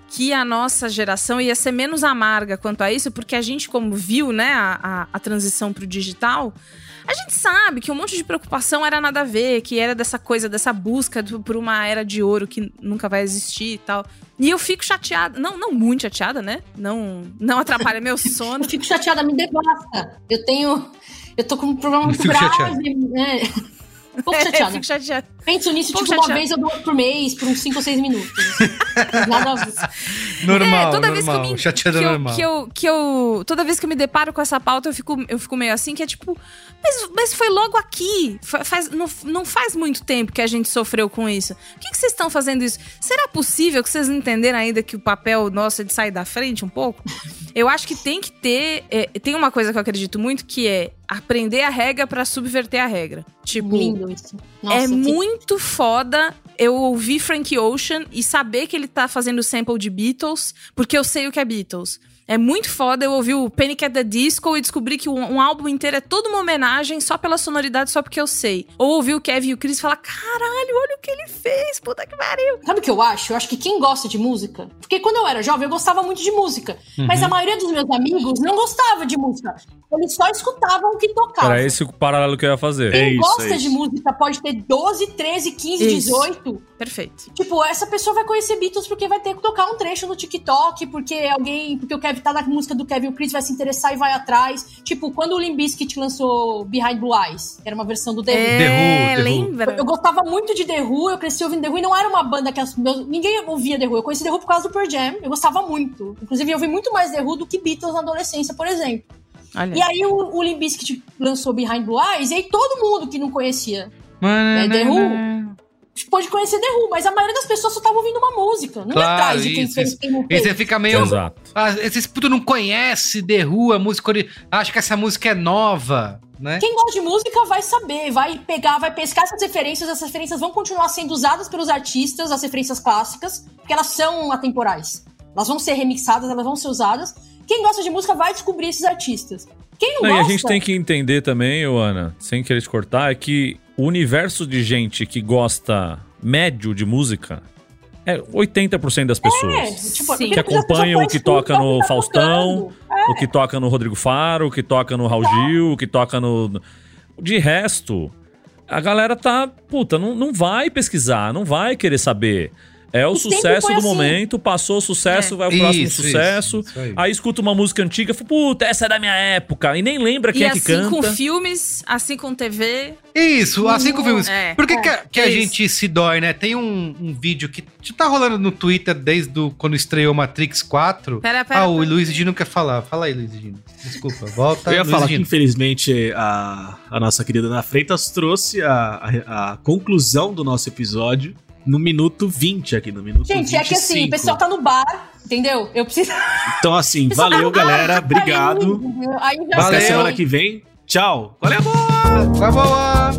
que a nossa geração ia ser menos amarga quanto a isso, porque a gente, como viu, né, a, a, a transição pro digital, a gente sabe que um monte de preocupação era nada a ver, que era dessa coisa, dessa busca do, por uma era de ouro que nunca vai existir e tal. E eu fico chateada, não, não muito chateada, né? Não, não atrapalha meu sono. Eu fico chateada, me devasta. Eu tenho... Eu tô com um problema muito grave, né? Um pouco chateada. Eu fico chateada. Penso nisso, um tipo, chateada. uma vez ou duas por mês, por uns cinco ou seis minutos. Nada a ver. Normal, é, toda normal. vez que eu me, Chateada que eu, normal. que eu, que eu, toda vez que eu me deparo com essa pauta, eu fico, eu fico meio assim, que é tipo... Mas, mas foi logo aqui. Faz, não, não faz muito tempo que a gente sofreu com isso. Por que, que vocês estão fazendo isso? Será possível que vocês não entenderam ainda que o papel nosso é de sair da frente um pouco? Eu acho que tem que ter... É, tem uma coisa que eu acredito muito, que é aprender a regra pra subverter a regra. Tipo, lindo isso. Nossa, é que... muito foda eu ouvir Frank Ocean e saber que ele tá fazendo sample de Beatles, porque eu sei o que é Beatles. É muito foda eu ouvir o Panic! At the Disco e descobrir que um, um álbum inteiro é toda uma homenagem só pela sonoridade, só porque eu sei. Ou ouvir o Kevin e o Chris e falar, caralho, olha o que ele fez, puta que pariu. Sabe o que eu acho? Eu acho que quem gosta de música... Porque quando eu era jovem, eu gostava muito de música. Uhum. Mas a maioria dos meus amigos não gostava de música. Eles só escutavam o que tocava. Era esse o paralelo que eu ia fazer. Quem é isso, gosta é isso. de música pode ter doze, treze, quinze, Isso. dezoito... Perfeito. Tipo, essa pessoa vai conhecer Beatles porque vai ter que tocar um trecho no TikTok, porque alguém, porque o Kevin tá na música do Kevin e o Chris, vai se interessar e vai atrás. Tipo, quando o Limp Bizkit lançou Behind Blue Eyes, que era uma versão do The Who. É, The Who, The Who. lembra? Eu gostava muito de The Who, eu cresci ouvindo The Who, e não era uma banda que as, meus, ninguém ouvia The Who. Eu conheci The Who por causa do Pearl Jam, eu gostava muito. Inclusive, eu ouvi muito mais The Who do que Beatles na adolescência, por exemplo. Olha. E aí, o, o Limp Bizkit lançou Behind Blue Eyes, e aí todo mundo que não conhecia é, The Who... pode conhecer The Who, mas a maioria das pessoas só tava ouvindo uma música. Não Claro, é atrás de quem isso, fez, isso. quem não E fez. você fica meio... Exato. Ah, esses putos não conhecem The Who, a música... ori- Acho que essa música é nova, né? Quem gosta de música vai saber, vai pegar, vai pescar essas referências. Essas referências vão continuar sendo usadas pelos artistas, as referências clássicas, porque elas são atemporais. Elas vão ser remixadas, elas vão ser usadas. Quem gosta de música vai descobrir esses artistas. Quem não, Não, gosta... e a gente tem que entender também, Ana, sem querer te cortar, é que o universo de gente que gosta médio de música é oitenta por cento das pessoas. É, tipo, Sim. Que acompanham o que toca no Faustão, É. o que toca no Rodrigo Faro, o que toca no Raul Gil, o que toca no... De resto, a galera tá... Puta, não, não vai pesquisar, não vai querer saber. É o E sempre sucesso foi do assim. momento, passou o sucesso, É. vai o próximo Isso, sucesso. isso, isso aí. Aí escuta uma música antiga e fala, puta, essa é da minha época. E nem lembra quem E é que assim canta. com filmes, assim com T V. Isso, assim como vimos. É, Por que, que, a, que a isso. gente se dói, né? Tem um, um vídeo que tá rolando no Twitter desde do, quando estreou Matrix quatro. Pera, pera, ah, o pera. Luiz Dino quer falar. Fala aí, Luiz Dino. Desculpa, volta. Eu ia Luiz falar que, Dino. infelizmente, a, a nossa querida Ana Freitas trouxe a, a, a conclusão do nosso episódio no minuto vinte aqui, no minuto Gente, é que assim, o vinte e cinco. pessoal tá no bar, entendeu? Eu preciso... Então, assim, o pessoal valeu, tá no bar, galera. tá Obrigado. indo, aí já Valeu. Até sei. semana que vem. Tchau. Valeu, amor! Tá boa!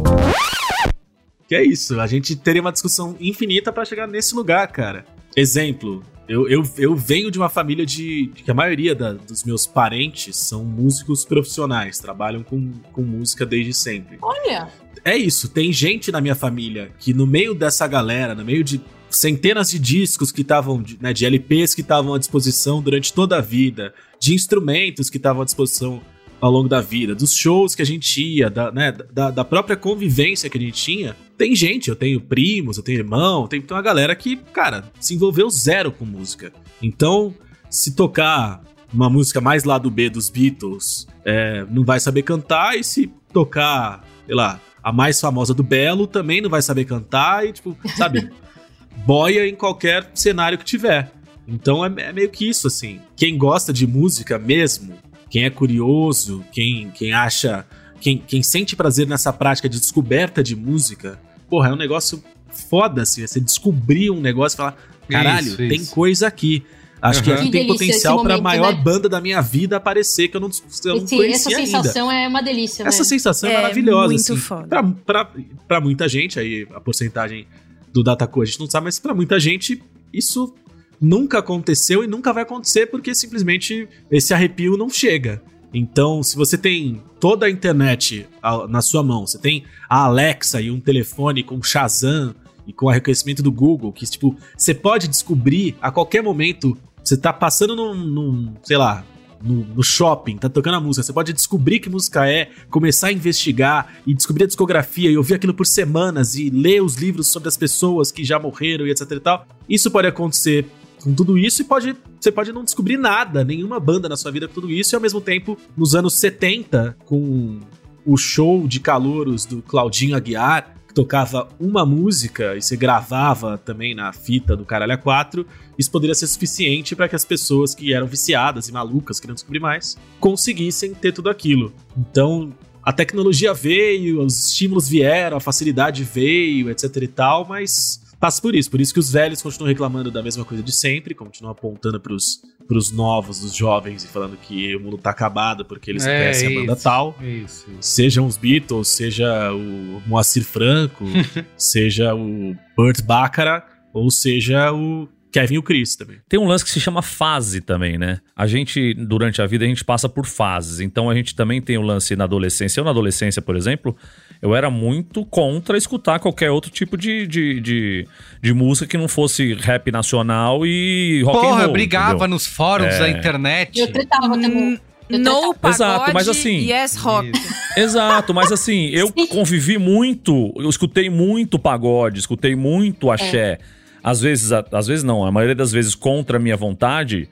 Que é isso, a gente teria uma discussão infinita pra chegar nesse lugar, cara. Exemplo, eu, eu, eu venho de uma família de, de que a maioria da- dos meus parentes são músicos profissionais, trabalham com, com música desde sempre. Olha, É isso, tem gente na minha família que no meio dessa galera, no meio de centenas de discos que estavam, de- né, de L Ps que estavam à disposição durante toda a vida, de instrumentos que estavam à disposição ao longo da vida, dos shows que a gente ia, da, né, da, da própria convivência que a gente tinha, tem gente, eu tenho primos, eu tenho irmão, tem, tem uma galera que, cara, se envolveu zero com música. Então, se tocar uma música mais lado B dos Beatles, é, não vai saber cantar, e se tocar, sei lá, a mais famosa do Belo, também não vai saber cantar, e tipo, sabe, boia em qualquer cenário que tiver. Então é, é meio que isso, assim. Quem gosta de música mesmo, quem é curioso, quem, quem acha, quem, quem sente prazer nessa prática de descoberta de música, porra, é um negócio foda, assim, você descobrir um negócio e falar, caralho, Isso, tem isso. coisa aqui. Acho que Uhum. aqui Que tem delícia potencial esse pra momento, maior né? banda da minha vida aparecer, que eu não, eu não esse- conhecia essa ainda. sensação é uma delícia, Essa velho. sensação é, É maravilhosa, muito assim. foda. Pra, pra, pra muita gente, aí a porcentagem do Dataco a gente não sabe, mas pra muita gente isso nunca aconteceu e nunca vai acontecer porque simplesmente esse arrepio não chega. Então, se você tem toda a internet a- na sua mão, você tem a Alexa e um telefone com Shazam e com o reconhecimento do Google, que, tipo, você pode descobrir a qualquer momento, você tá passando num, num sei lá, no, no shopping, tá tocando a música, você pode descobrir que música é, começar a investigar e descobrir a discografia e ouvir aquilo por semanas e ler os livros sobre as pessoas que já morreram e etc e tal. Isso pode acontecer com tudo isso e pode, você pode não descobrir nada, nenhuma banda na sua vida com tudo isso, e ao mesmo tempo, nos anos setenta, com o show de calouros do Claudinho Aguiar, que tocava uma música e você gravava também na fita do Caralho A quatro, isso poderia ser suficiente para que as pessoas que eram viciadas e malucas, querendo descobrir mais, conseguissem ter tudo aquilo. Então, a tecnologia veio, os estímulos vieram, a facilidade veio, etc e tal, mas passa por isso. Por isso que os velhos continuam reclamando da mesma coisa de sempre, continuam apontando pros, pros novos, dos jovens, e falando que o mundo tá acabado porque eles É, conhecem a banda isso, tal. Isso, isso. Sejam os Beatles, seja o Moacir Franco, seja o Burt Bacharach, ou seja o Kevin e o Chris também. Tem um lance que se chama fase também, né? A gente, durante a vida, a gente passa por fases. Então a gente também tem o lance na adolescência. Eu, na adolescência, por exemplo, eu era muito contra escutar qualquer outro tipo de, de, de, de música que não fosse rap nacional e rock and roll. Porra, eu brigava entendeu? nos fóruns É. da internet. Eu tretava também. Eu No pagode Exato, mas assim- yes rock. Exato, mas assim, eu convivi muito, eu escutei muito pagode, escutei muito axé. Às vezes, a- às vezes não, a maioria das vezes contra a minha vontade.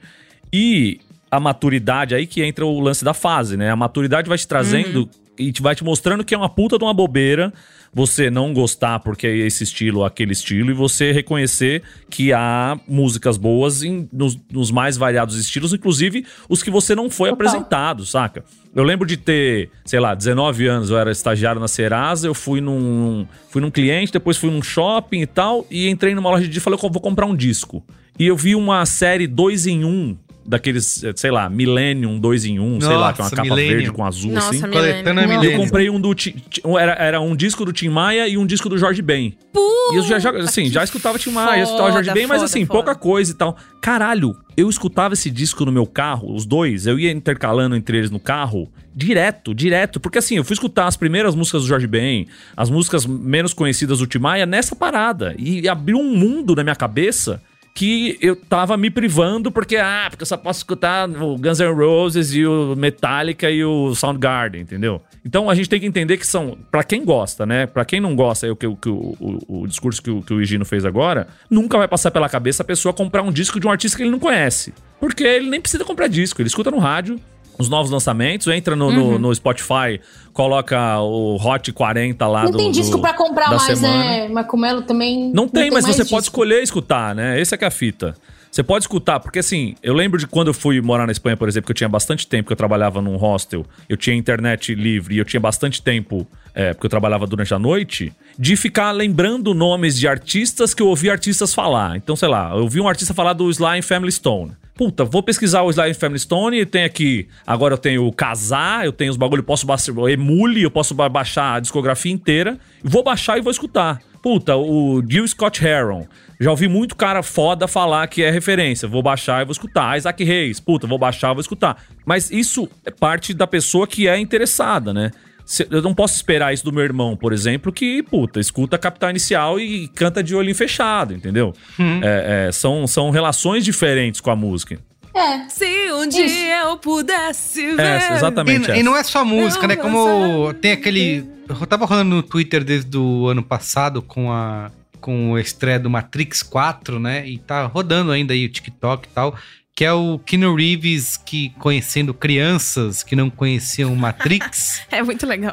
E a maturidade, aí que entra o lance da fase, né? A maturidade vai te trazendo e te vai te mostrando que é uma puta de uma bobeira você não gostar porque é esse estilo ou aquele estilo, e você reconhecer que há músicas boas em, nos, nos mais variados estilos, inclusive os que você não foi Total. apresentado, saca? Eu lembro de ter, sei lá, dezenove anos, eu era estagiário na Serasa, eu fui num, fui num cliente, depois fui num shopping e tal, e entrei numa loja de disco e falei, eu vou comprar um disco. E eu vi uma série dois em um, daqueles, sei lá, Millennium dois em um, sei lá, que é uma Nossa, capa Millennium. verde com azul, Nossa, assim. Millennium. Coletando a Não. E eu Millennium. comprei um do... Ti- Ti- Era, era um disco do Tim Maia e um disco do Jorge Ben. E eu já, já, assim, que já escutava Tim Maia, escutava Jorge foda, Ben, mas foda, assim, foda. pouca coisa e tal. Caralho, eu escutava esse disco no meu carro, os dois, eu ia intercalando entre eles no carro, direto, direto. Porque assim, eu fui escutar as primeiras músicas do Jorge Ben, as músicas menos conhecidas do Tim Maia nessa parada. E abriu um mundo na minha cabeça que eu tava me privando porque, ah, porque eu só posso escutar o Guns N' Roses e o Metallica e o Soundgarden, entendeu? Então a gente tem que entender que são, pra quem gosta, né? Pra quem não gosta, é o, que, o, o, o, o discurso que o, que o Higino fez agora, nunca vai passar pela cabeça a pessoa comprar um disco de um artista que ele não conhece. Porque ele nem precisa comprar disco, ele escuta no rádio os novos lançamentos, entra no, no, no Spotify, coloca o Hot quarenta lá Não do tem disco do- pra comprar da mais, semana. né? Marco Melo também. Não tem, mas mais você disco. pode escolher escutar, né? Essa é que é a fita. Você pode escutar, porque assim, eu lembro de quando eu fui morar na Espanha, por exemplo, que eu tinha bastante tempo, que eu trabalhava num hostel, eu tinha internet livre e eu tinha bastante tempo, é, porque eu trabalhava durante a noite, de ficar lembrando nomes de artistas que eu ouvi artistas falar. Então, sei lá, eu ouvi um artista falar do Sly and Family Stone. Puta, vou pesquisar o Sly and Family Stone e tem aqui, agora eu tenho o Casar, eu tenho os bagulho, eu posso baixar o Emule, eu posso ba- baixar a discografia inteira, vou baixar e vou escutar. Puta, o Gil Scott Heron, já ouvi muito cara foda falar que é referência, vou baixar e vou escutar. Isaac Reis, puta, vou baixar e vou escutar. Mas isso é parte da pessoa que é interessada, né? Se- Eu não posso esperar isso do meu irmão, por exemplo, que, puta, escuta Capital Inicial e canta de olhinho fechado, entendeu? É, é, são, são relações diferentes com a música. É. Se um dia eu pudesse ver. É, exatamente. E, essa. e não é só música, Eu né? Como gosto. tem aquele... Eu tava rolando no Twitter desde o ano passado com a, com a estreia do Matrix quatro, né? E tá rodando ainda aí o TikTok e tal. Que é o Keanu Reeves que, conhecendo crianças que não conheciam Matrix. É muito legal.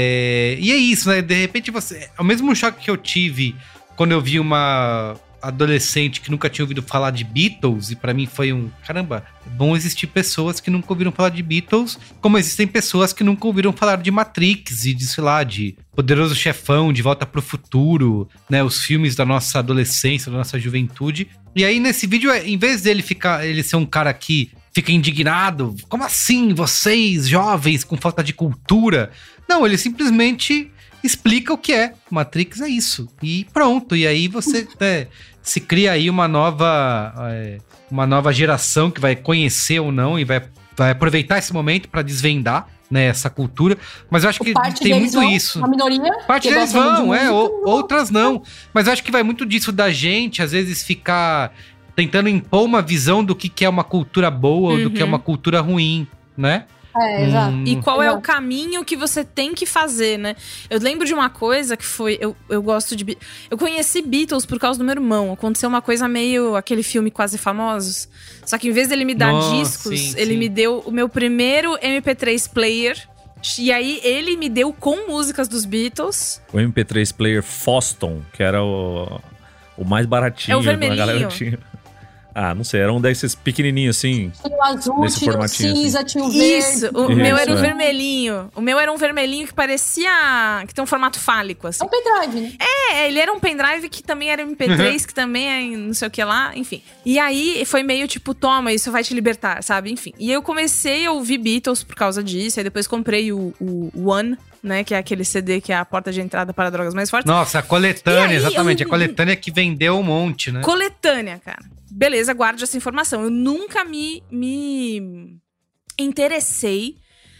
É, e é isso, né? De repente você... É o mesmo choque que eu tive quando eu vi uma adolescente que nunca tinha ouvido falar de Beatles, e pra mim foi um... Caramba, é bom existir pessoas que nunca ouviram falar de Beatles, como existem pessoas que nunca ouviram falar de Matrix e de, sei lá, de Poderoso Chefão, De Volta pro Futuro, né? Os filmes da nossa adolescência, da nossa juventude. E aí, nesse vídeo, em vez dele ficar, ele ser um cara que fica indignado, como assim, vocês, jovens, com falta de cultura? Não, ele simplesmente explica o que é. Matrix é isso. E pronto. E aí você né, se cria aí uma nova, é, uma nova geração que vai conhecer ou não e vai, vai aproveitar esse momento para desvendar, né, essa cultura, mas eu acho que Parte tem deles muito vão, isso. A minoria. Parte que deles gosta muito de vão, é, música, ou- não. outras não. Mas eu acho que vai muito disso da gente, às vezes, ficar tentando impor uma visão do que, que é uma cultura boa ou do que é uma cultura ruim, né? É, exato. Hum. E qual é o Exato. caminho que você tem que fazer, né? Eu lembro de uma coisa que foi... Eu, eu gosto de... Be- Eu conheci Beatles por causa do meu irmão. Aconteceu uma coisa meio... Aquele filme Quase Famosos. Só que em vez dele me dar Nossa, discos, sim, ele sim. me deu o meu primeiro M P três player. E aí ele me deu com músicas dos Beatles. O M P três player Foston, que era o, o mais baratinho. É o que a galera vermelhinho. tinha. Ah, não sei, era um desses pequenininhos assim. Tinha o azul, Nesse tinha o formatinho, cinza, tinha o verde. Isso, o Isso, meu era um é. vermelhinho. O meu era um vermelhinho que parecia... Que tem um formato fálico, assim. É um pendrive, né? É, ele era um pendrive que também era M P três, que também é não sei o que lá, enfim. E aí foi meio tipo, toma, isso vai te libertar, sabe? Enfim. E eu comecei a ouvir Beatles por causa disso, aí depois comprei o, o One, né? Que é aquele C D que é a porta de entrada para drogas mais fortes. Nossa, a coletânea, E aí, exatamente. eu- A coletânea que vendeu um monte, né? Coletânea, cara. Beleza, guarde essa informação. Eu nunca me, me interessei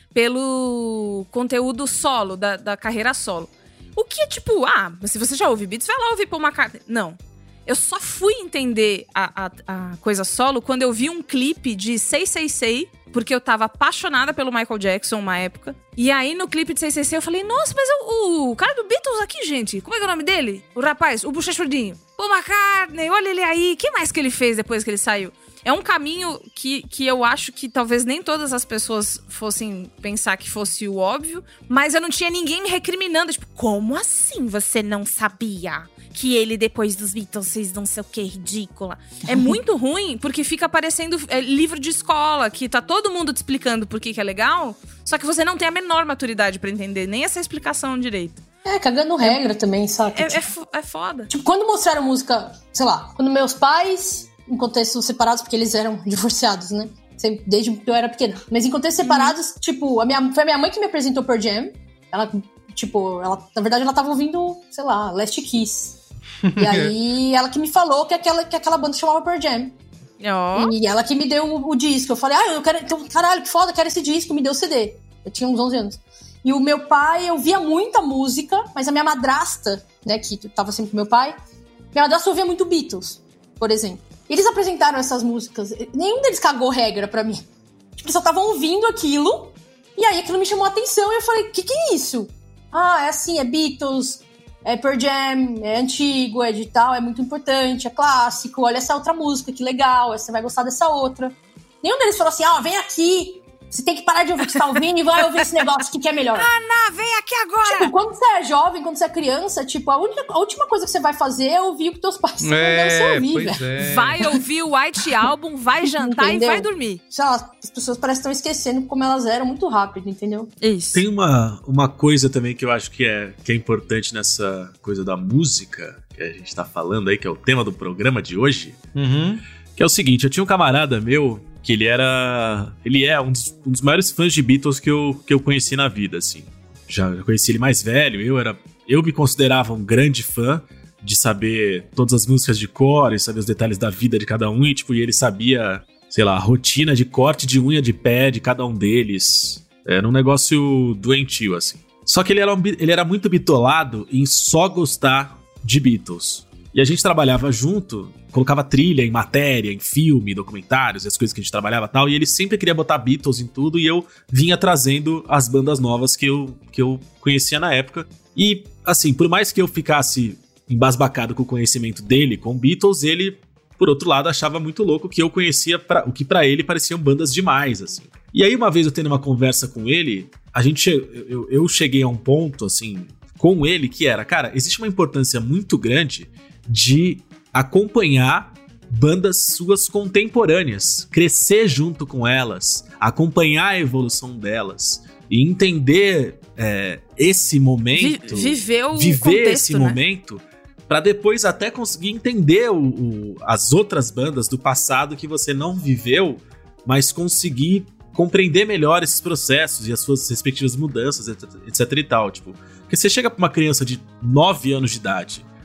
pelo conteúdo solo, da, da carreira solo. O que é tipo, ah, mas se você já ouve Beatles, vai lá ouvir Paul McCartney. Não. Eu só fui entender a, a, a coisa solo quando eu vi um clipe de Say Say Say, porque eu tava apaixonada pelo Michael Jackson uma época. E aí, no clipe de Say Say Say, eu falei, nossa, mas o, o cara do Beatles aqui, gente, como é que é o nome dele? O rapaz, o bochechudinho. Paul McCartney, olha ele aí. O que mais que ele fez depois que ele saiu? É um caminho que, que eu acho que talvez nem todas as pessoas fossem pensar que fosse o óbvio, mas eu não tinha ninguém me recriminando. Tipo, como assim você não sabia que ele, depois dos Beatles, fez não sei o que, ridícula? É muito ruim, porque fica parecendo é, livro de escola, que tá todo mundo te explicando por que que é legal, só que você não tem a menor maturidade pra entender nem essa explicação direito. É, cagando regra também, sabe? É, é, fo- é foda. Tipo, quando mostraram música, sei lá, quando meus pais, em contextos separados, porque eles eram divorciados, né? Sempre, desde que eu era pequena. Mas em contextos separados, tipo, a minha, foi a minha mãe que me apresentou Pearl Jam. Ela, tipo, ela, na verdade, ela tava ouvindo, sei lá, Last Kiss. E aí, ela que me falou que aquela, que aquela banda chamava Pearl Jam. Ó. E ela que me deu o, o disco. Eu falei, ah, eu quero, então, caralho, que foda, eu quero esse disco. Me deu o C D. Eu tinha uns onze anos. E o meu pai, eu via muita música, mas a minha madrasta, né, que tava sempre com meu pai, minha madrasta ouvia muito Beatles, por exemplo. Eles apresentaram essas músicas, nenhum deles cagou regra pra mim. Tipo, eles só estavam ouvindo aquilo, e aí aquilo me chamou a atenção, e eu falei, o que que é isso? Ah, é assim, é Beatles, é Pearl Jam, é antigo, é de tal, é muito importante, é clássico, olha essa outra música, que legal, você vai gostar dessa outra. Nenhum deles falou assim, ah, vem aqui, você tem que parar de ouvir o que você tá ouvindo e vai ouvir esse negócio aqui que é melhor. Ana, vem aqui agora! Tipo, quando você é jovem, quando você é criança, tipo, a, única, a última coisa que você vai fazer é ouvir o que teus pais estão mandando você É, ouvir, pois velho. é. Vai ouvir o White Album, vai jantar Entendeu? e vai dormir. Sei lá, as pessoas parecem que estão esquecendo como elas eram muito rápido, entendeu? Isso. Tem uma, uma coisa também que eu acho que é, que é importante nessa coisa da música que a gente tá falando aí, que é o tema do programa de hoje, Uhum. que é o seguinte, eu tinha um camarada meu que ele era... Ele é um dos, um dos maiores fãs de Beatles que eu, que eu conheci na vida, assim. Já, já conheci ele mais velho, eu era... Eu me considerava um grande fã de saber todas as músicas de cor e saber os detalhes da vida de cada um, e tipo, e ele sabia, sei lá, a rotina de corte de unha de pé de cada um deles. Era um negócio doentio, assim. Só que ele era, um, ele era muito bitolado em só gostar de Beatles. E a gente trabalhava junto, colocava trilha em matéria, em filme, documentários, as coisas que a gente trabalhava e tal, e ele sempre queria botar Beatles em tudo, e eu vinha trazendo as bandas novas que eu, que eu conhecia na época. E, assim, por mais que eu ficasse embasbacado com o conhecimento dele com Beatles, ele, por outro lado, achava muito louco que eu conhecia pra, o que pra ele pareciam bandas demais, assim. E aí, uma vez eu tendo uma conversa com ele, a gente, eu, eu cheguei a um ponto, assim, com ele, que era, cara, existe uma importância muito grande de acompanhar bandas suas contemporâneas, crescer junto com elas, acompanhar a evolução delas e entender é, esse momento, Vi, viver o viver contexto, esse né? momento, pra depois até conseguir entender o, o, as outras bandas do passado que você não viveu, mas conseguir compreender melhor esses processos e as suas respectivas mudanças, etc, etc e tal, tipo, porque você chega pra uma criança de nove anos de idade,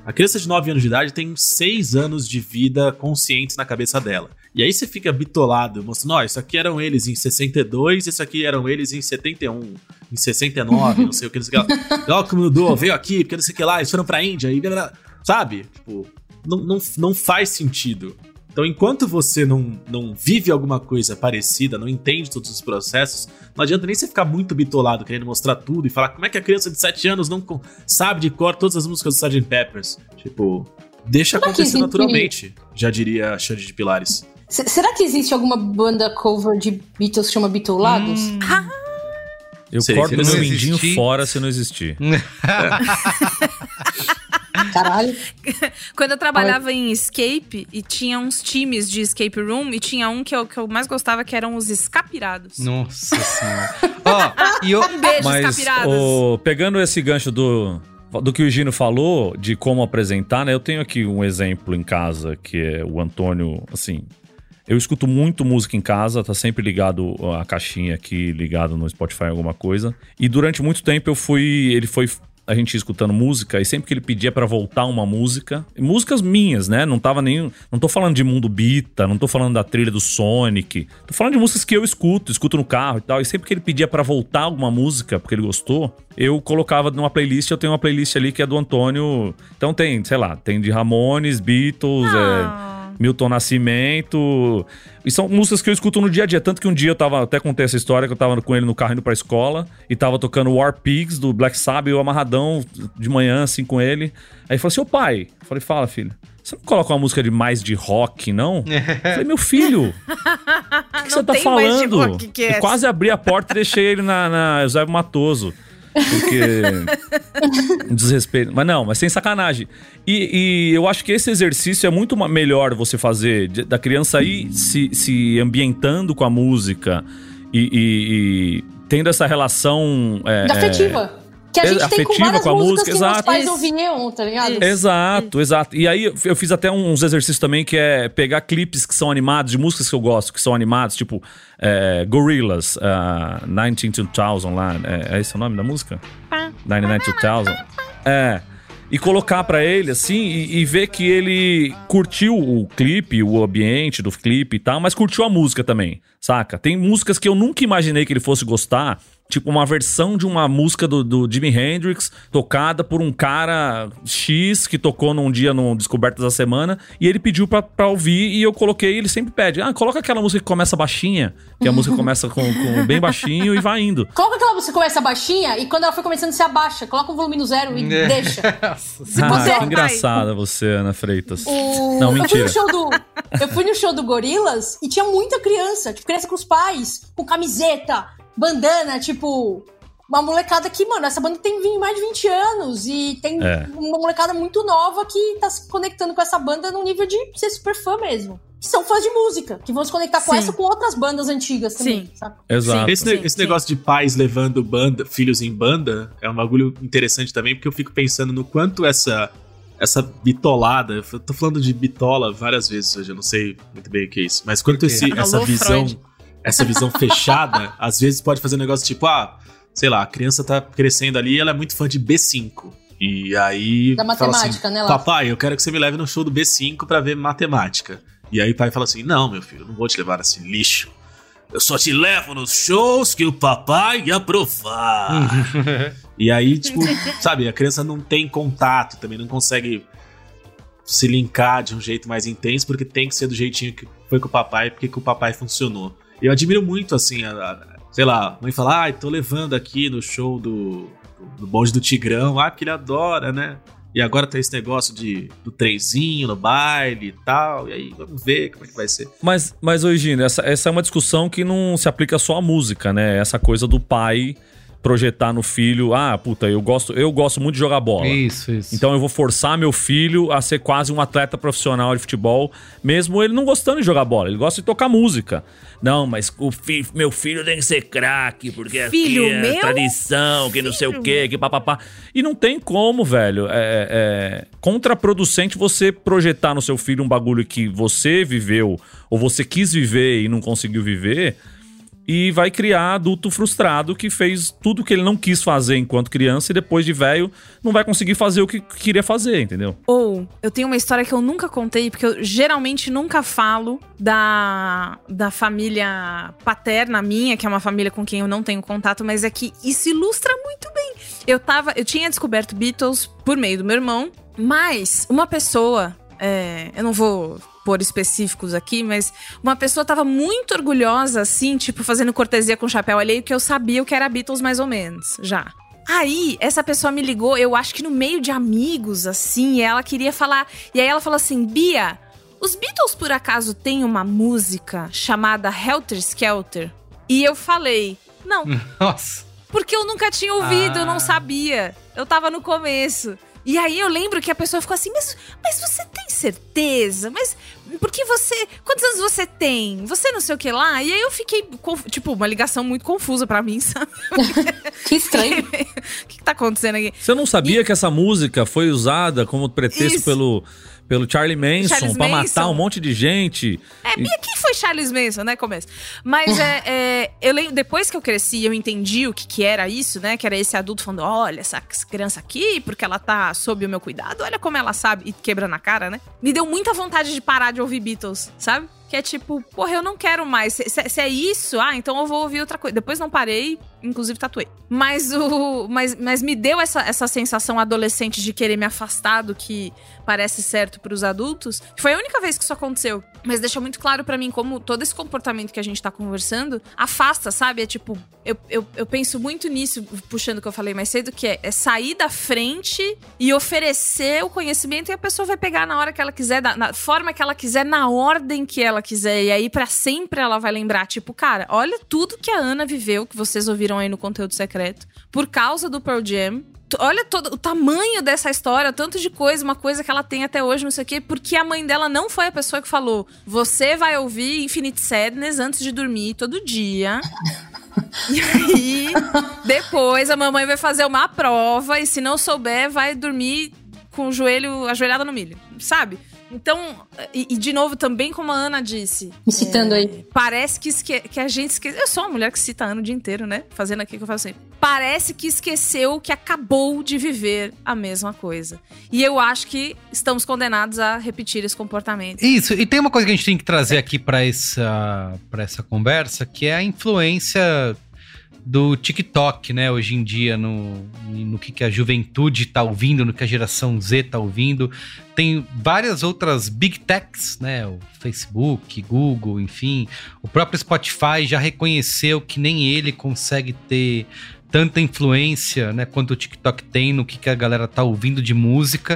A criança de nove anos de idade tem seis anos de vida conscientes na cabeça dela. E aí você fica bitolado, mostrando, ó, isso aqui eram eles em sessenta e dois, isso aqui eram eles em setenta e um, em sessenta e nove, não sei o que, não sei o que lá. Ó, como mudou, veio aqui, porque não sei o que lá, eles foram pra Índia, e sabe? Tipo, não, não, não faz sentido. Então, enquanto você não, não vive alguma coisa parecida, não entende todos os processos, não adianta nem você ficar muito bitolado, querendo mostrar tudo e falar como é que a criança de sete anos não sabe de cor todas as músicas do sergeant Pepper's. Tipo, deixa Será acontecer existe... naturalmente, já diria a Xande de Pilares. C- será que existe alguma banda cover de Beatles que chama Bitolados? Hum. Eu Seria, corto se meu não mindinho existir. fora se não existir. Caralho. Quando eu trabalhava em escape e tinha uns times de escape room e tinha um que eu, que eu mais gostava que eram os escapirados. Nossa senhora. Ó, e eu... Um beijo, Mas, escapirados. o, pegando esse gancho do, do que o Gino falou, de como apresentar, né? Eu tenho aqui um exemplo em casa, que é o Antônio, assim... Eu escuto muito música em casa, tá sempre ligado a caixinha aqui, ligado no Spotify, alguma coisa. E durante muito tempo eu fui... Ele foi... A gente ia escutando música, e sempre que ele pedia pra voltar uma música... Músicas minhas, né? Não tava nem... Não tô falando de Mundo Bita, não tô falando da trilha do Sonic. Tô falando de músicas que eu escuto, escuto no carro e tal. E sempre que ele pedia pra voltar alguma música, porque ele gostou, eu colocava numa playlist. Eu tenho uma playlist ali que é do Antônio. Então tem, sei lá, tem de Ramones, Beatles... Ah. É, Milton Nascimento. E são músicas que eu escuto no dia a dia. Tanto que um dia eu tava, até contei essa história, que eu tava com ele no carro indo pra escola e tava tocando War Pigs do Black Sabbath, eu amarradão de manhã assim com ele. Aí ele falou assim: ô pai, eu falei, fala filho, você não coloca uma música de mais de rock, não? Eu falei, meu filho, o que, que você tá tem mais de falando? rock que Eu essa. quase abri a porta e deixei ele na, na Eusébio Matoso. Porque. Desrespeito. Mas não, mas sem sacanagem. E, e eu acho que esse exercício é muito ma- melhor você fazer, de- da criança ir se, se ambientando com a música e, e- e tendo essa relação. É, Da afetiva. Que a gente tem com afetiva várias com a músicas música, que meus exato. pais Isso. ouviam, tá ligado? Isso. Exato, exato. E aí eu fiz até uns exercícios também, que é pegar clipes que são animados, de músicas que eu gosto, que são animados, tipo é, Gorillaz, uh, nineteen two thousand lá, é, é esse o nome da música? ninety-nine two thousand. É. E colocar pra ele, assim, e, e ver que ele curtiu o clipe, o ambiente do clipe e tal, mas curtiu a música também, saca? Tem músicas que eu nunca imaginei que ele fosse gostar, tipo uma versão de uma música do, do Jimi Hendrix, tocada por um cara X, que tocou num dia no Descobertas da Semana, e ele pediu pra, pra ouvir, e eu coloquei, ele sempre pede, ah, coloca aquela música que começa baixinha, que a música começa com, com bem baixinho e vai indo. Coloca aquela música que começa baixinha e quando ela for começando se abaixa. Coloca um volume no zero e deixa. Se Ah, puder, que vai. engraçada você, Ana Freitas. O- Não, Eu fui, mentira. no show do, eu fui no show do Gorillaz e tinha muita criança, tipo, criança com os pais, com camiseta, bandana, tipo, uma molecada que, mano, essa banda tem vinte- mais de vinte anos e tem É. uma molecada muito nova que tá se conectando com essa banda num nível de ser super fã mesmo. Que são fãs de música, que vão se conectar com Sim. essa com outras bandas antigas também, Sim. sabe? Exato. Esse, ne- sim, esse sim. negócio de pais levando banda, filhos em banda é um bagulho interessante também, porque eu fico pensando no quanto essa, essa bitolada, eu tô falando de bitola várias vezes hoje, eu não sei muito bem o que é isso, mas quanto esse, Alô, essa visão, Freud. essa visão fechada, às vezes pode fazer um negócio tipo, ah, sei lá, a criança tá crescendo ali e ela é muito fã de B cinco. E aí. Da fala matemática, assim, né, Lázaro? papai, eu quero que você me leve no show do B cinco pra ver matemática. E aí o pai fala assim: não, meu filho, eu não vou te levar nesse lixo. Eu só te levo nos shows que o papai aprovar. E aí, tipo, sabe, a criança não tem contato, também não consegue se linkar de um jeito mais intenso, porque tem que ser do jeitinho que foi com o papai, porque que o papai funcionou. Eu admiro muito, assim, a, a, sei lá, a mãe fala, ai, tô levando aqui no show do, do bonde do Tigrão, ah, porque ele adora, né? E agora tem esse negócio de, do trenzinho no baile e tal, e aí vamos ver como é que vai ser. Mas, mas ô Gino, essa, essa é uma discussão que não se aplica só à música, né? Essa coisa do pai projetar no filho, ah, puta, eu gosto, eu gosto muito de jogar bola. Isso, isso. Então eu vou forçar meu filho a ser quase um atleta profissional de futebol, mesmo ele não gostando de jogar bola, ele gosta de tocar música. Não, mas o fi- meu filho tem que ser craque, porque Filho aqui é meu? tradição, que não sei o quê, que papapá. E não tem como, velho. É, é contraproducente você projetar no seu filho um bagulho que você viveu, ou você quis viver e não conseguiu viver, e vai criar adulto frustrado que fez tudo que ele não quis fazer enquanto criança e depois de velho não vai conseguir fazer o que queria fazer, entendeu? Ou, eu tenho uma história que eu nunca contei, porque eu geralmente nunca falo da, da família paterna minha, que é uma família com quem eu não tenho contato, mas é que isso ilustra muito bem. Eu tava, eu tinha descoberto Beatles por meio do meu irmão, mas uma pessoa, é, eu não vou pôr específicos aqui, mas uma pessoa tava muito orgulhosa, assim, tipo, fazendo cortesia com chapéu alheio, que eu sabia o que era Beatles mais ou menos, já. Aí, essa pessoa me ligou, eu acho que no meio de amigos, assim, e ela queria falar... E aí ela falou assim, Bia, os Beatles por acaso têm uma música chamada Helter Skelter? E eu falei, não. Nossa. Porque eu nunca tinha ouvido, ah. eu não sabia. Eu tava no começo. E aí eu lembro que a pessoa ficou assim, mas, mas você tem certeza? Mas por que você... Quantos anos você tem? Você não sei o que lá? E aí eu fiquei, tipo, uma ligação muito confusa pra mim, sabe? Que estranho. O que, que tá acontecendo aqui? Você não sabia E... que essa música foi usada como pretexto pelo... Pelo Charlie Manson, Charles pra Manson. matar um monte de gente. É, e quem foi Charles Manson, né, começo? Mas é, é, eu lembro, depois que eu cresci, eu entendi o que, que era isso, né? Que era esse adulto falando, olha, essa criança aqui, porque ela tá sob o meu cuidado, olha como ela sabe, e quebrando a cara, né? Me deu muita vontade de parar de ouvir Beatles, sabe? Que é tipo, porra, eu não quero mais. Se, se, se é isso, ah, então eu vou ouvir outra coisa. Depois não parei, inclusive tatuei. Mas, o, mas, mas me deu essa, essa sensação adolescente de querer me afastar do que parece certo pros adultos. Foi a única vez que isso aconteceu. Mas deixa muito claro pra mim como todo esse comportamento que a gente tá conversando afasta, sabe? É tipo, eu, eu, eu penso muito nisso, puxando o que eu falei mais cedo, que é, é sair da frente e oferecer o conhecimento e a pessoa vai pegar na hora que ela quiser, da, na forma que ela quiser, na ordem que ela quiser. E aí, pra sempre, ela vai lembrar, tipo, cara, olha tudo que a Ana viveu, que vocês ouviram aí no Conteúdo Secreto, por causa do Pearl Jam. Olha todo o tamanho dessa história, tanto de coisa, uma coisa que ela tem até hoje, não sei o quê, porque a mãe dela não foi a pessoa que falou, você vai ouvir Infinite Sadness antes de dormir todo dia. E aí, depois a mamãe vai fazer uma prova e se não souber, vai dormir com o joelho ajoelhada no milho, sabe? Então, e, e de novo, também como a Ana disse... Me citando é, aí. Parece que, esque, que a gente esqueceu... Eu sou uma mulher que cita a Ana o dia inteiro, né? Fazendo aqui o que eu faço sempre. Parece que esqueceu que acabou de viver a mesma coisa. E eu acho que estamos condenados a repetir esse comportamento. Isso, e tem uma coisa que a gente tem que trazer aqui para essa, para essa conversa, que é a influência do TikTok, né, hoje em dia, no, no que, que a juventude tá ouvindo, no que a geração Z tá ouvindo. Tem várias outras big techs, né, o Facebook, Google, enfim. O próprio Spotify já reconheceu que nem ele consegue ter tanta influência, né, quanto o TikTok tem no que, que a galera tá ouvindo de música.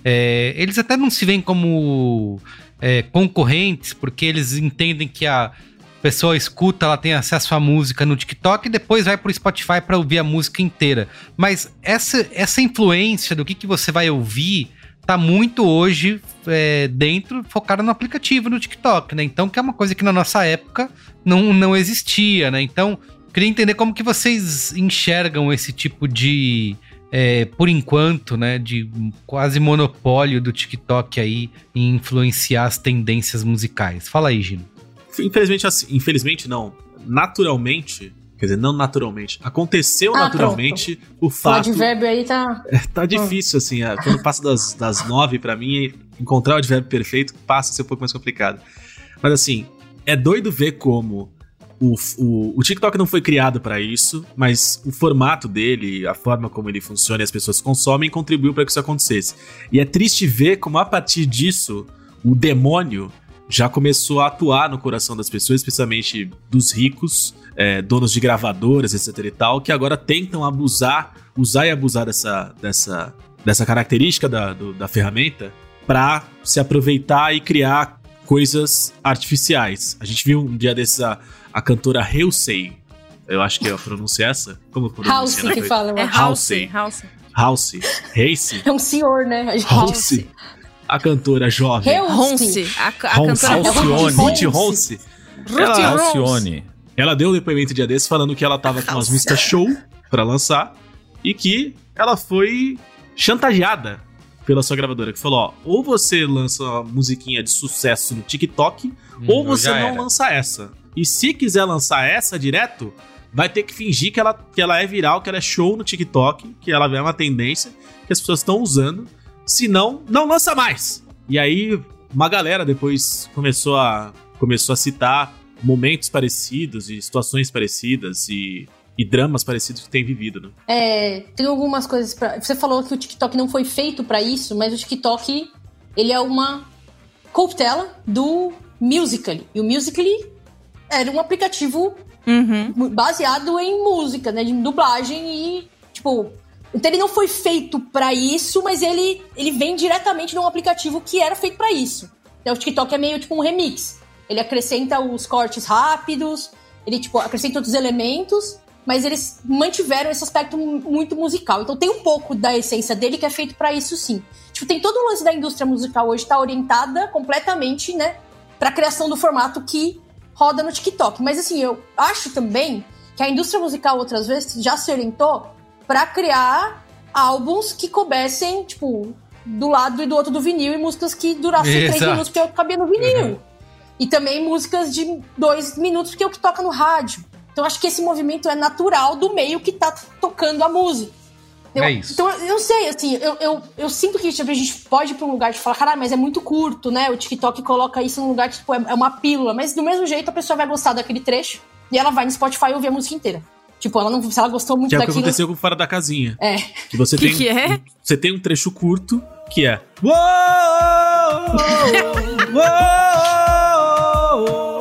É, eles até não se veem como é, concorrentes, porque eles entendem que a pessoa escuta, ela tem acesso à música no TikTok e depois vai pro Spotify para ouvir a música inteira. Mas essa, essa influência do que, que você vai ouvir tá muito hoje é, dentro, focada no aplicativo, no TikTok, né? Então, que é uma coisa que na nossa época não, não existia, né? Então, queria entender como que vocês enxergam esse tipo de, é, por enquanto, né, de quase monopólio do TikTok aí em influenciar as tendências musicais. Fala aí, Gino. Infelizmente, assim, infelizmente não, naturalmente, quer dizer, não naturalmente, aconteceu ah, naturalmente pronto. o fato... O advérbio aí tá... É, tá difícil, assim, é, quando passa das, das nove, pra mim, encontrar o advérbio perfeito passa a ser um pouco mais complicado. Mas assim, é doido ver como o, o, o TikTok não foi criado pra isso, mas o formato dele, a forma como ele funciona e as pessoas consomem, contribuiu pra que isso acontecesse. E é triste ver como a partir disso, o demônio já começou a atuar no coração das pessoas, especialmente dos ricos, é, donos de gravadoras, etc e tal, que agora tentam abusar, usar e abusar dessa, dessa, dessa característica da, do, da ferramenta para se aproveitar e criar coisas artificiais. A gente viu um dia desses a, a cantora Halsey, eu acho que é a pronúncia essa? Como pronuncia? Halsey que fala. É Halsey. Halsey. Halsey. Halsey. É um senhor, né? Halsey. A cantora jovem. Ronce. A, a cantora Alcione. Ruth Ronce. Ruth Alcione. Ela deu um depoimento dia desse falando que ela tava com umas músicas show pra lançar e que ela foi chantageada pela sua gravadora, que falou, ó, ou você lança uma musiquinha de sucesso no TikTok, hum, ou você não era. lança essa. E se quiser lançar essa direto, vai ter que fingir que ela, que ela é viral, que ela é show no TikTok, que ela é uma tendência, que as pessoas estão usando. Se não, não lança mais. E aí, uma galera depois começou a, começou a citar momentos parecidos e situações parecidas e... E dramas parecidos que tem vivido, né? É, tem algumas coisas pra... Você falou que o TikTok não foi feito pra isso, mas o TikTok, ele é uma coquetela do Musical.ly. E o Musical.ly era um aplicativo uhum. baseado em música, né? De dublagem e, tipo... Então ele não foi feito pra isso, mas ele, ele vem diretamente de um aplicativo que era feito pra isso. Então, o TikTok é meio tipo um remix. Ele acrescenta os cortes rápidos, ele, tipo, acrescenta outros elementos... Mas eles mantiveram esse aspecto muito musical. Então tem um pouco da essência dele que é feito pra isso, sim. Tipo, tem todo o lance da indústria musical hoje tá orientada completamente, né, pra criação do formato que roda no TikTok. Mas assim, eu acho também que a indústria musical outras vezes já se orientou pra criar álbuns que coubessem, tipo, do lado e do outro do vinil, e músicas que durassem Exato. três minutos porque é o que cabia no vinil. Uhum. E também músicas de dois minutos porque é o que toca no rádio. Então, acho que esse movimento é natural do meio que tá tocando a música. Eu, é isso. Então, eu sei, assim, eu, eu, eu sinto que tipo, a gente pode ir pra um lugar de falar, caralho, mas é muito curto, né? O TikTok coloca isso num lugar que tipo, é uma pílula. Mas, do mesmo jeito, a pessoa vai gostar daquele trecho e ela vai no Spotify ouvir a música inteira. Tipo, ela não, se ela gostou muito daquilo... Que é o que aconteceu com Fora da Casinha. É. Que você que tem, que é? Você tem um trecho curto que é... Uou! Uou!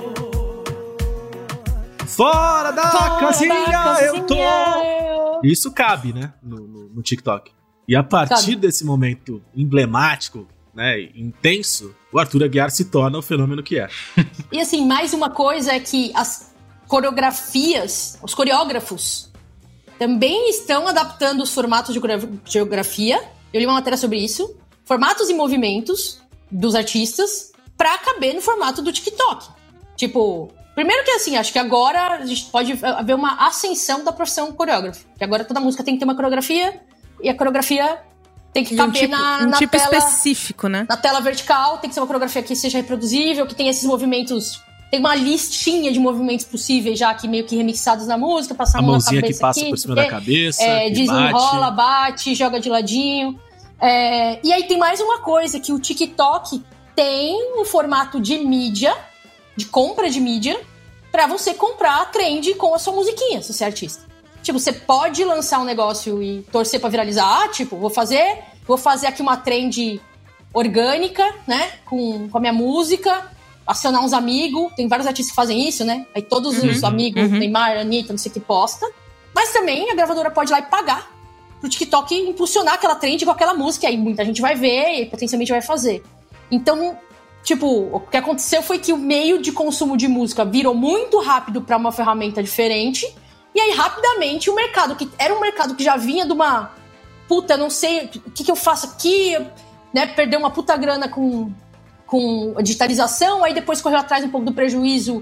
Fora da, Fora casinha, da casinha, eu tô... Isso cabe, né, no, no, no TikTok. E a partir cabe. desse momento emblemático, né, intenso, o Arthur Aguiar se torna o fenômeno que é. E assim, mais uma coisa é que as coreografias, os coreógrafos, também estão adaptando os formatos de coreografia. Eu li uma matéria sobre isso. Formatos e movimentos dos artistas pra caber no formato do TikTok. Tipo... Primeiro que assim, acho que agora a gente pode haver uma ascensão da profissão coreógrafo. Que agora toda música tem que ter uma coreografia e a coreografia tem que e caber um tipo, na, um na tipo tela... específico, né? Na tela vertical, tem que ser uma coreografia que seja reproduzível, que tenha esses movimentos... Tem uma listinha de movimentos possíveis já aqui meio que remixados na música, passar a mão na cabeça mãozinha que passa aqui, por cima da cabeça, é, que desenrola, bate. bate, joga de ladinho. É, e aí tem mais uma coisa, que o TikTok tem um formato de mídia, de compra de mídia, pra você comprar a trend com a sua musiquinha, se você é artista. Tipo, você pode lançar um negócio e torcer pra viralizar. Ah, tipo, vou fazer, vou fazer aqui uma trend orgânica, né? Com, com a minha música, acionar uns amigos. Tem vários artistas que fazem isso, né? Aí todos uhum, os amigos, uhum. Neymar, Anitta, não sei o que, posta. Mas também a gravadora pode ir lá e pagar pro TikTok impulsionar aquela trend com aquela música. Aí muita gente vai ver e potencialmente vai fazer. Então... Tipo, o que aconteceu foi que o meio de consumo de música virou muito rápido para uma ferramenta diferente. E aí, rapidamente, o mercado, que era um mercado que já vinha de uma... Puta, não sei, o que, que eu faço aqui? Né, perdeu uma puta grana com, com a digitalização. Aí depois correu atrás um pouco do prejuízo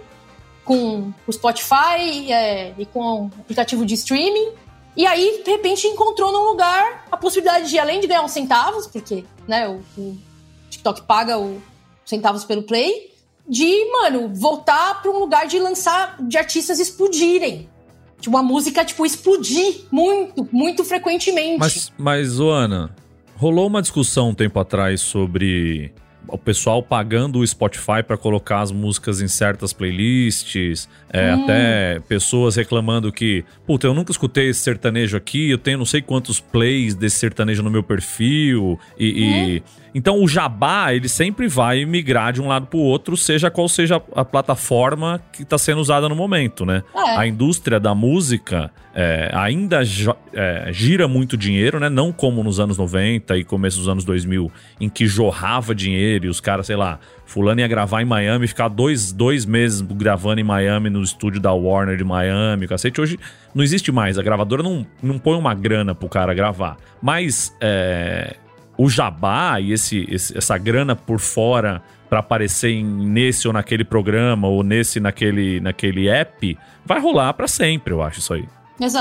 com o Spotify é, e com o aplicativo de streaming. E aí, de repente, encontrou num lugar a possibilidade de, além de ganhar uns centavos, porque né, o, o TikTok paga o... centavos pelo play, de, mano, voltar pra um lugar de lançar, de artistas explodirem. De uma música, tipo, explodir muito, muito frequentemente. Mas, mas, Ana, rolou uma discussão um tempo atrás sobre o pessoal pagando o Spotify pra colocar as músicas em certas playlists, é, hum. até pessoas reclamando que, puta, eu nunca escutei esse sertanejo aqui, eu tenho não sei quantos plays desse sertanejo no meu perfil, e... Hum. e... Então o jabá, ele sempre vai migrar de um lado pro outro, seja qual seja a plataforma que está sendo usada no momento, né? É. A indústria da música é, ainda é, gira muito dinheiro, né? Não como nos anos noventa e começo dos anos dois mil, em que jorrava dinheiro e os caras, sei lá, fulano ia gravar em Miami e ficar dois, dois meses gravando em Miami no estúdio da Warner de Miami, cacete. Hoje não existe mais, a gravadora não, não põe uma grana pro cara gravar. Mas... É, o jabá e esse, esse, essa grana por fora pra aparecer em, nesse ou naquele programa ou nesse naquele, naquele app vai rolar pra sempre, eu acho isso aí. Exato.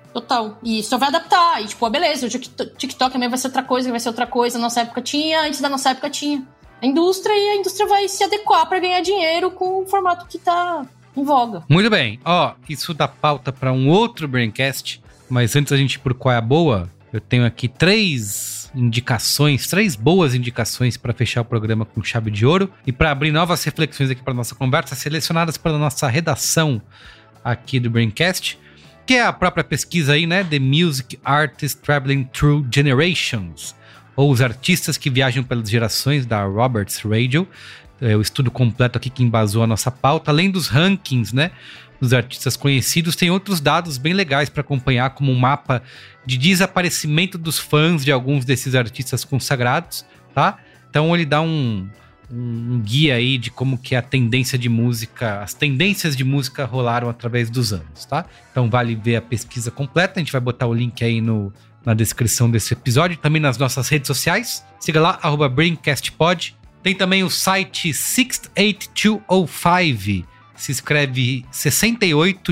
Total. E só vai adaptar. E, tipo, ah, beleza, o TikTok também vai ser outra coisa, vai ser outra coisa. Na nossa época tinha, antes da nossa época tinha. A indústria, e a indústria vai se adequar pra ganhar dinheiro com o formato que tá em voga. Muito bem. Ó, isso dá pauta pra um outro Braincast, mas antes da gente ir por qual é a boa, eu tenho aqui três indicações, três boas indicações para fechar o programa com chave de ouro e para abrir novas reflexões aqui para nossa conversa, selecionadas pela nossa redação aqui do Braincast, que é a própria pesquisa aí, né? The Music Artists Traveling Through Generations, ou os artistas que viajam pelas gerações, da Roberts Radio. É o estudo completo aqui que embasou a nossa pauta. Além dos rankings, né, dos artistas conhecidos, tem outros dados bem legais para acompanhar, como um mapa de desaparecimento dos fãs de alguns desses artistas consagrados, tá? Então ele dá um, um guia aí de como que a tendência de música, as tendências de música rolaram através dos anos, tá? Então vale ver a pesquisa completa, a gente vai botar o link aí no, na descrição desse episódio, também nas nossas redes sociais. Siga lá, arroba BraincastPod. Tem também o site six eight two zero five, se escreve sessenta e oito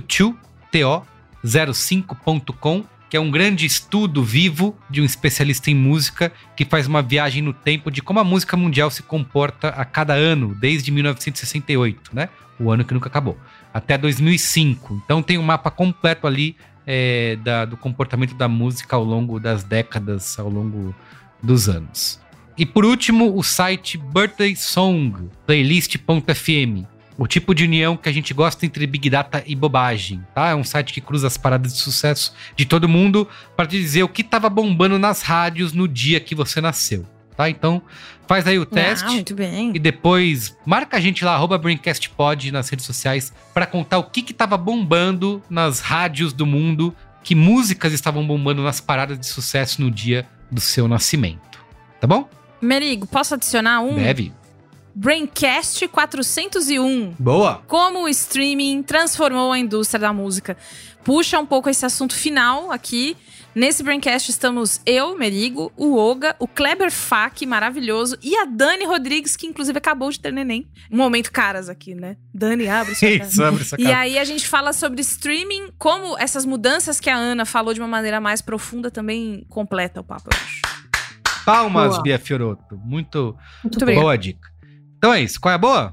to zero cinco ponto com, que é um grande estudo vivo de um especialista em música que faz uma viagem no tempo de como a música mundial se comporta a cada ano, desde mil novecentos e sessenta e oito, né? O ano que nunca acabou, até dois mil e cinco. Então tem um mapa completo ali é, da, do comportamento da música ao longo das décadas, ao longo dos anos. E por último, o site Birthday Song, playlist ponto f m. O tipo de união que a gente gosta entre Big Data e bobagem, tá? É um site que cruza as paradas de sucesso de todo mundo para te dizer o que tava bombando nas rádios no dia que você nasceu, tá? Então, faz aí o teste. Ah, muito bem. E depois marca a gente lá, arroba BraincastPod nas redes sociais, para contar o que que tava bombando nas rádios do mundo, que músicas estavam bombando nas paradas de sucesso no dia do seu nascimento. Tá bom? Merigo, posso adicionar um? Deve. Braincast quatrocentos e um. Boa! Como o streaming transformou a indústria da música. Puxa um pouco esse assunto final aqui. Nesse Braincast estamos eu, Merigo, o Oga, o Kleber Fak, maravilhoso, e a Dani Rodrigues, que inclusive acabou de ter neném. Um momento caras aqui, né? Dani, abre sua cara. Isso, abre sua E cara. aí a gente fala sobre streaming, como essas mudanças que a Ana falou de uma maneira mais profunda também completa o papo, eu acho. Palmas, Boa. Bia Fiorotto. Muito, Muito boa obrigada. dica. Então é isso. Qual é a boa?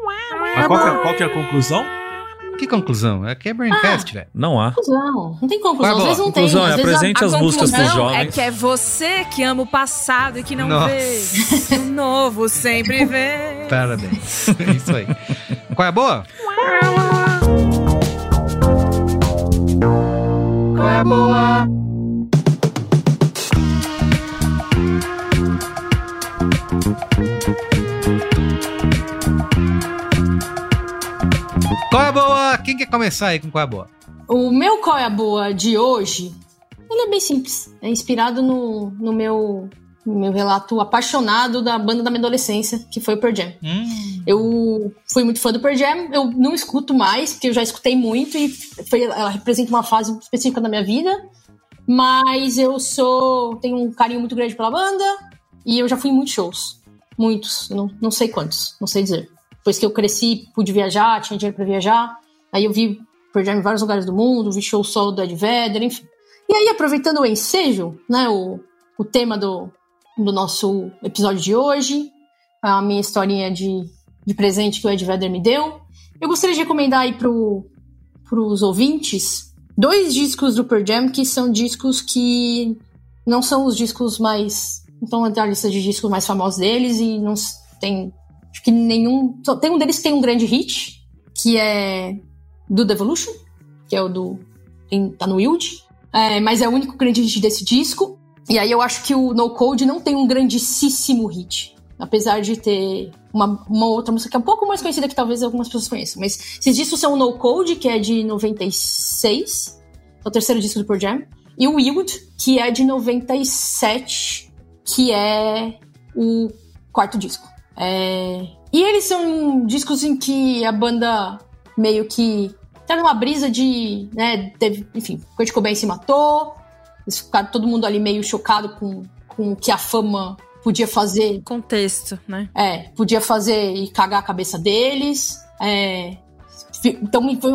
Mas qual que, é, qual que é a conclusão? Que conclusão? Aqui é Braincast, velho. Não há. Conclusão. Não tem conclusão. Vai, Às vezes não tem. Conclusão é Às vezes apresente a- as a músicas pros conclusão jovens. É que é você que ama o passado e que não Nossa. vê. O novo sempre vê. Parabéns. É isso aí. Qual é a boa? Qual é a boa? Qual é a boa? Quem quer começar aí com qual é a boa? O meu qual é a boa de hoje, ele é bem simples. É inspirado no, no, meu, no meu relato apaixonado da banda da minha adolescência, que foi o Pearl Jam. Hum. Eu fui muito fã do Pearl Jam, eu não escuto mais, porque eu já escutei muito e foi, ela representa uma fase específica da minha vida. Mas eu sou tenho um carinho muito grande pela banda e eu já fui em muitos shows. Muitos, não, não sei quantos, não sei dizer. Depois que eu cresci, pude viajar, tinha dinheiro pra viajar. Aí eu vi Pearl Jam em vários lugares do mundo, vi show solo do Ed Vedder, enfim. E aí, aproveitando o ensejo, né, o, o tema do, do nosso episódio de hoje, a minha historinha de, de presente que o Ed Vedder me deu, eu gostaria de recomendar aí pro, pros ouvintes dois discos do Pearl Jam, que são discos que não são os discos mais... não estão na lista de discos mais famosos deles e não tem... acho que nenhum... Só tem um deles que tem um grande hit, que é do Devolution, que é o do... Tem, tá no Wild. É, mas é o único grande hit desse disco. E aí eu acho que o No Code não tem um grandíssimo hit. Apesar de ter uma, uma outra música que é um pouco mais conhecida que talvez algumas pessoas conheçam. Mas esses discos são o No Code, que é de noventa e seis. É o terceiro disco do Pearl Jam. E o Wild, que é de noventa e sete, que é o quarto disco. É... E eles são discos em que a banda meio que tá numa brisa de, né, teve, enfim, Kurt Cobain se matou, eles ficaram todo mundo ali meio chocado com, com o que a fama podia fazer. Contexto, né? É, podia fazer e cagar a cabeça deles. É, então foi um,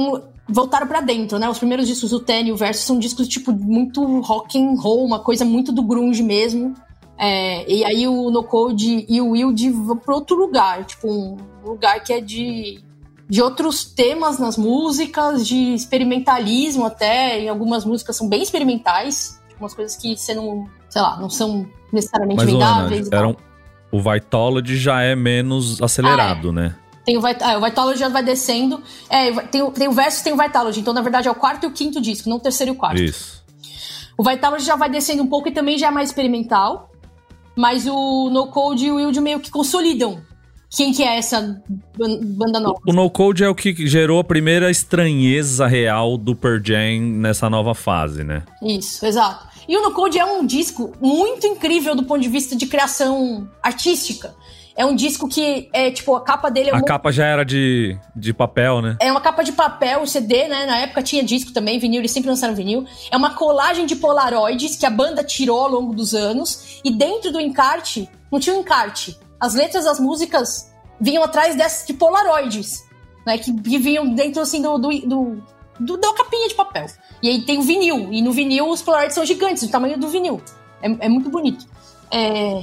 voltaram pra dentro, né? Os primeiros discos, o Ten e o Versus, são discos, tipo, muito rock and roll, uma coisa muito do grunge mesmo. É, e aí o No Code e o Wild vão pra outro lugar, tipo, um lugar que é de, de outros temas nas músicas, de experimentalismo até, e algumas músicas são bem experimentais, tipo, umas coisas que você não, sei lá, não são necessariamente Mas, vendáveis. Ana, eram, o Vitology já é menos acelerado, ah, é. né? Tem o, Vit- ah, o Vitology já vai descendo. É, tem, o, tem o Versus, tem o Vitology. Então, na verdade, é o quarto e o quinto disco, não o terceiro e o quarto. Isso. O Vitology já vai descendo um pouco e também já é mais experimental. Mas o No Code e o Wild meio que consolidam quem que é essa banda nova. O, o No Code é o que gerou a primeira estranheza real do Pearl Jam nessa nova fase, né? Isso, exato. E o No Code é um disco muito incrível do ponto de vista de criação artística. É um disco que, é tipo, a capa dele... É a muito... capa já era de, de papel, né? É uma capa de papel, o C D, né? Na época tinha disco também, vinil, eles sempre lançaram vinil. É uma colagem de polaroids que a banda tirou ao longo dos anos. E dentro do encarte, não tinha um encarte. As letras das músicas vinham atrás dessas, de polaroids, né? Que, que vinham dentro, assim, do, do, do, do, da capinha de papel. E aí tem o vinil. E no vinil os polaroids são gigantes, do tamanho do vinil. É, é muito bonito. É...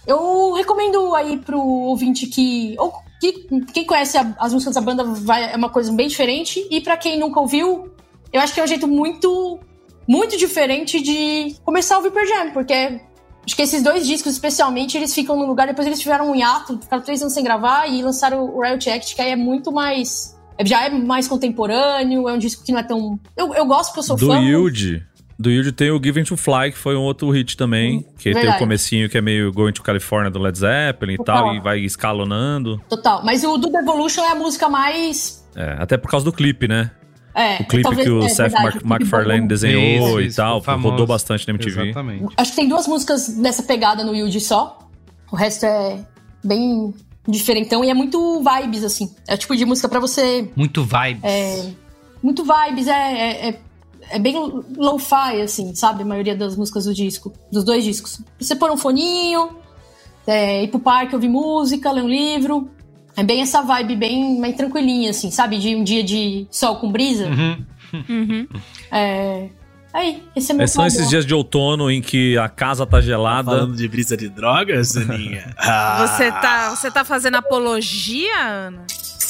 Eu recomendo aí pro ouvinte que... Ou que quem conhece a, as músicas da banda vai, é uma coisa bem diferente. E pra quem nunca ouviu, eu acho que é um jeito muito, muito diferente de começar a ouvir Pearl Jam. Porque acho que esses dois discos, especialmente, eles ficam no lugar... Depois eles tiveram um hiato, ficaram três anos sem gravar e lançaram o Riot Act, que aí é muito mais... Já é mais contemporâneo, é um disco que não é tão... Eu, eu gosto porque eu sou Do fã. Do Yield... Do Yield tem o Given to Fly, que foi um outro hit também. Hum, que verdade. Tem o comecinho que é meio Going to California do Led Zeppelin Total. E tal, e vai escalonando. Total. Mas o do Devolution é a música mais... É, até por causa do clipe, né? É, o clipe talvez, que o é, Seth verdade, MacFarlane desenhou isso, e tal, rodou bastante na M T V. Exatamente. Acho que tem duas músicas dessa pegada no Yield só. O resto é bem diferentão e é muito vibes, assim. É o tipo de música pra você... Muito vibes. É, muito vibes, é... é, é É bem lo-fi, assim, sabe? A maioria das músicas do disco, dos dois discos. Você pôr um foninho, é, ir pro parque, ouvir música, ler um livro. É bem essa vibe, bem mais tranquilinha, assim, sabe? De um dia de sol com brisa. Uhum. Uhum. É... Aí, esse é meu é, São esses dias de outono em que a casa tá gelada. Tá falando de brisa de drogas, Aninha? Ah. Você, tá, você tá fazendo apologia, Ana?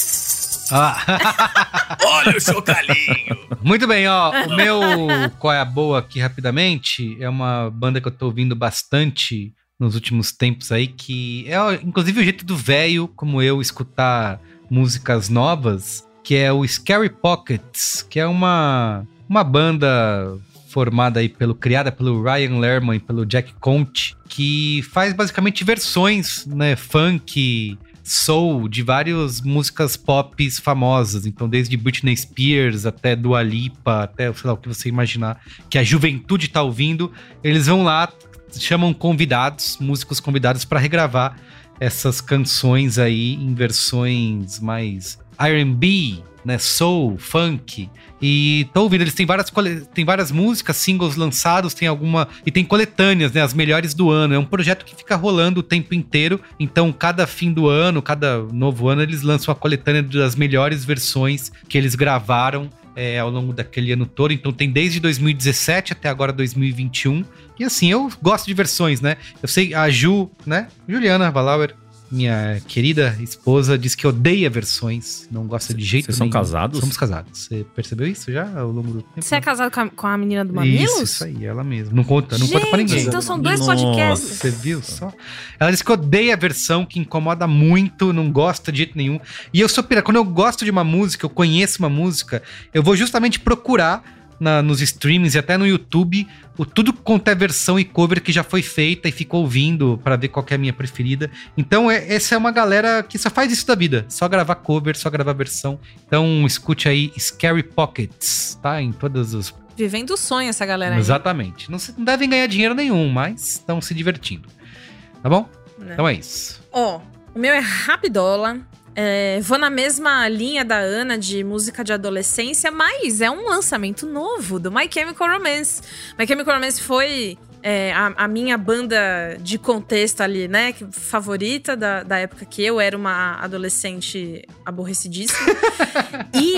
Ah. Olha o chocalhinho! Muito bem, ó. O meu Qual é a Boa aqui rapidamente é uma banda que eu tô ouvindo bastante nos últimos tempos aí, que é inclusive o jeito do velho, como eu, escutar músicas novas, que é o Scary Pockets, que é uma, uma banda formada aí pelo, criada pelo Ryan Lerman e pelo Jack Conte, que faz basicamente versões, né, funk, soul, de várias músicas pop famosas. Então, desde Britney Spears até Dua Lipa, até, sei lá, o que você imaginar que a juventude tá ouvindo, eles vão lá, chamam convidados, músicos convidados para regravar essas canções aí em versões mais R and B, né, soul, funk. E tô ouvindo, eles têm várias, tem várias músicas, singles lançados, tem alguma... E tem coletâneas, né, as melhores do ano. É um projeto que fica rolando o tempo inteiro. Então, cada fim do ano, cada novo ano, eles lançam a coletânea das melhores versões que eles gravaram é, ao longo daquele ano todo. Então, tem desde dois mil e dezessete até agora dois mil e vinte e um. E assim, eu gosto de versões, né? Eu sei, a Ju, né, Juliana Valauer, minha querida esposa, diz que odeia versões, não gosta de jeito Vocês nenhum. Vocês são casados? Somos casados. Você percebeu isso já ao longo do tempo? Você é casado com a, com a menina do Mamilos? Isso, isso aí, ela mesma. Não conta, não Gente, conta pra ninguém. então são dois Nossa. podcasts. Você viu só? Ela diz que odeia a versão, que incomoda muito, não gosta de jeito nenhum. E eu sou pira, quando eu gosto de uma música, eu conheço uma música, eu vou justamente procurar Na, nos streamings e até no YouTube, o tudo quanto é versão e cover que já foi feita e fico ouvindo pra ver qual que é a minha preferida. Então, é, essa é uma galera que só faz isso da vida. Só gravar cover, só gravar versão. Então, escute aí Scary Pockets, tá? Em todas os... Vivendo o sonho essa galera aí. Exatamente. Não, se, não devem ganhar dinheiro nenhum, mas estão se divertindo. Tá bom? Não. Então é isso. Ó, o meu é rapidola. É, vou na mesma linha da Ana de música de adolescência, mas é um lançamento novo do My Chemical Romance. My Chemical Romance foi é, a, a minha banda de contexto ali, né? Favorita da, da época que eu era uma adolescente aborrecidíssima. E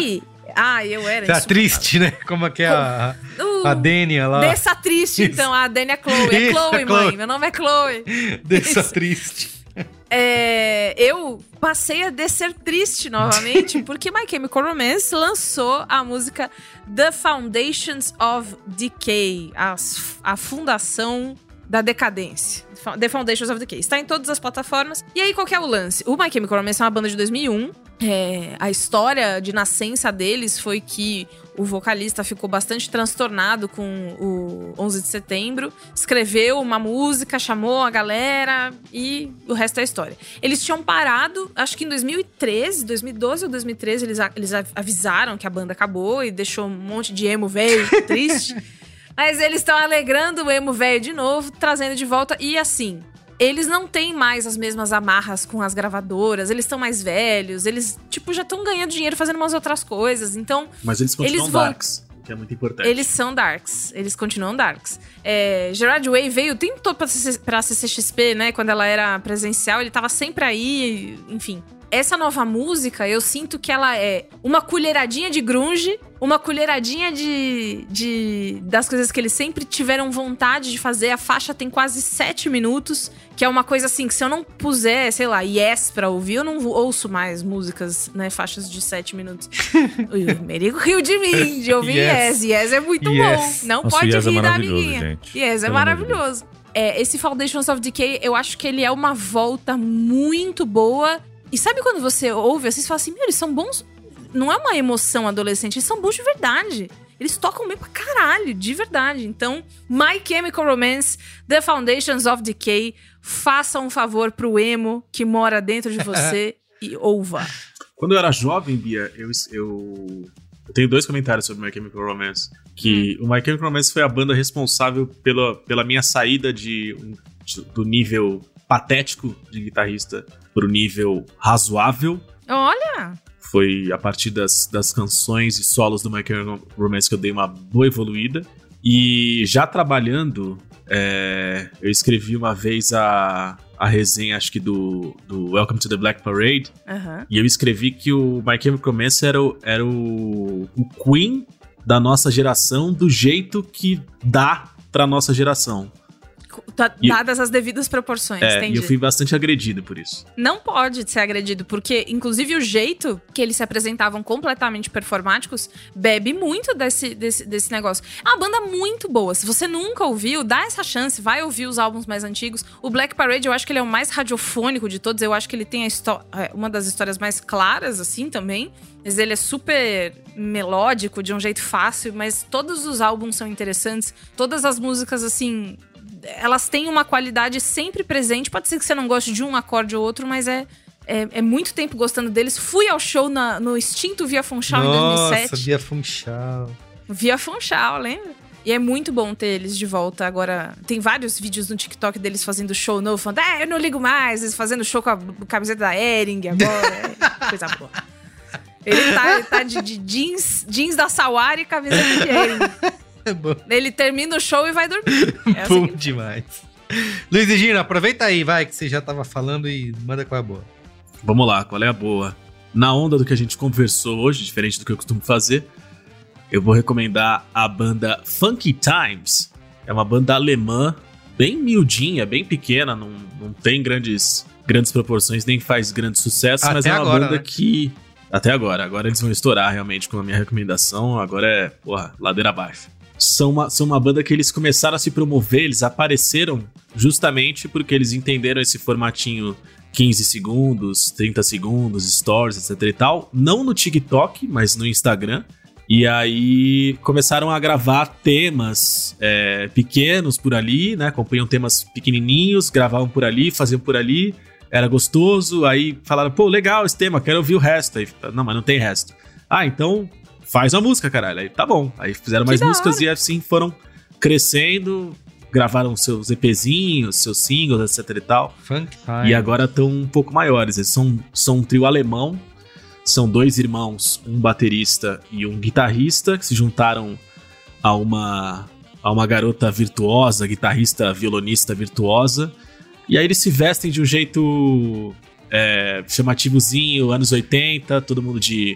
Ah, eu era Tá triste, né? Como é que é a, Uh, a Dênia lá? Dessa triste, então. A Dênia é Chloe. É Isso, Chloe, é mãe. Chloe. Meu nome é Chloe. Dessa Isso. triste. É, eu passei a descer triste novamente porque My Chemical Romance lançou a música The Foundations of Decay, as, a fundação da decadência. The Foundations of Decay. Está em todas as plataformas. E aí, qual que é o lance? O My Chemical Romance é uma banda de dois mil e um. É, a história de nascença deles foi que o vocalista ficou bastante transtornado com o onze de setembro, escreveu uma música, chamou a galera e o resto é história. Eles tinham parado, acho que em dois mil e treze, dois mil e doze ou dois mil e treze, eles, eles avisaram que a banda acabou e deixou um monte de emo velho triste. Mas eles estão alegrando o emo velho de novo, trazendo de volta. E assim, eles não têm mais as mesmas amarras com as gravadoras. Eles estão mais velhos. Eles, tipo, já estão ganhando dinheiro fazendo umas outras coisas. Então, Mas eles continuam eles vão... darks, que é muito importante. Eles são darks. Eles continuam darks. É, Gerard Way veio o tempo todo pra, C C, pra C C X P, né? Quando ela era presencial. Ele tava sempre aí, enfim. Essa nova música, eu sinto que ela é uma colheradinha de grunge, uma colheradinha de, de das coisas que eles sempre tiveram vontade de fazer. A faixa tem quase sete minutos, que é uma coisa assim, que se eu não puser, sei lá, Yes pra ouvir, eu não ouço mais músicas, né, faixas de sete minutos. O Merigo riu de mim, de ouvir Yes. Yes, yes é muito Yes. bom. Não Nossa, pode Yes é rir da maravilhoso, amiguinha. gente. Yes, é Pelo maravilhoso. É, esse Foundations of Decay, eu acho que ele é uma volta muito boa. E sabe quando você ouve, assim, você fala assim, meu, eles são bons... Não é uma emoção adolescente, eles são bons de verdade. Eles tocam bem pra caralho, de verdade. Então, My Chemical Romance, The Foundations of Decay, faça um favor pro emo que mora dentro de você e ouva. Quando eu era jovem, Bia, eu, eu, eu tenho dois comentários sobre My Chemical Romance. Que hum. o My Chemical Romance foi a banda responsável pela, pela minha saída de, de, do nível patético de guitarrista pro nível razoável. Olha! Foi a partir das, das canções e solos do My Chemical Romance que eu dei uma boa evoluída. E já trabalhando, é, eu escrevi uma vez a, a resenha, acho que do, do Welcome to the Black Parade. Uhum. E eu escrevi que o My Chemical Romance era, o, era o, o Queen da nossa geração, do jeito que dá pra nossa geração. Dadas as devidas proporções, é, entendi. E eu fui bastante agredido por isso. Não pode ser agredido, porque, inclusive, o jeito que eles se apresentavam completamente performáticos bebe muito desse, desse, desse negócio. É uma banda muito boa. Se você nunca ouviu, dá essa chance, vai ouvir os álbuns mais antigos. O Black Parade, eu acho que ele é o mais radiofônico de todos. Eu acho que ele tem a uma das histórias mais claras, assim, também. Mas ele é super melódico, de um jeito fácil. Mas todos os álbuns são interessantes. Todas as músicas, assim... elas têm uma qualidade sempre presente. Pode ser que você não goste de um acorde ou outro, mas é, é, é muito tempo gostando deles. Fui ao show na, no extinto Via Funchal em dois mil e sete. Nossa, Via Funchal. Via Funchal, lembra? E é muito bom ter eles de volta. Agora, tem vários vídeos no TikTok deles fazendo show novo, falando, é, eu não ligo mais. Eles fazendo show com a camiseta da Hering agora. É coisa boa. Ele tá, ele tá de, de jeans, jeans da Sawari e camiseta de Hering. É bom. Ele termina o show e vai dormir. É Bom assim. demais. Luiz e Gina, aproveita aí, vai, que você já tava falando e manda qual é a boa. Vamos lá, qual é a boa? Na onda do que a gente conversou hoje, diferente do que eu costumo fazer, eu vou recomendar a banda Funky Times. É uma banda alemã, bem miudinha, bem pequena, não, não tem grandes, grandes proporções, nem faz grande sucesso, Até mas é uma agora, banda né? que... Até agora, agora eles vão estourar realmente com a minha recomendação, agora é, porra, ladeira abaixo. São uma, são uma banda que eles começaram a se promover, eles apareceram justamente porque eles entenderam esse formatinho quinze segundos, trinta segundos, stories, etc e tal. Não no TikTok, mas no Instagram. E aí começaram a gravar temas é, pequenos por ali, né? Compunham temas pequenininhos, gravavam por ali, faziam por ali. Era gostoso, aí falaram, pô, legal esse tema, quero ouvir o resto. Aí, não, mas não tem resto. Ah, então faz uma música, caralho. Aí tá bom. Aí fizeram mais Que da músicas hora. e assim foram crescendo, gravaram seus EPzinhos, seus singles, etc e tal. Funk Time. E agora estão um pouco maiores. Eles são, são um trio alemão, são dois irmãos, um baterista e um guitarrista, que se juntaram a uma, a uma garota virtuosa, guitarrista, violonista virtuosa. E aí eles se vestem de um jeito é, chamativozinho, anos oitenta, todo mundo de,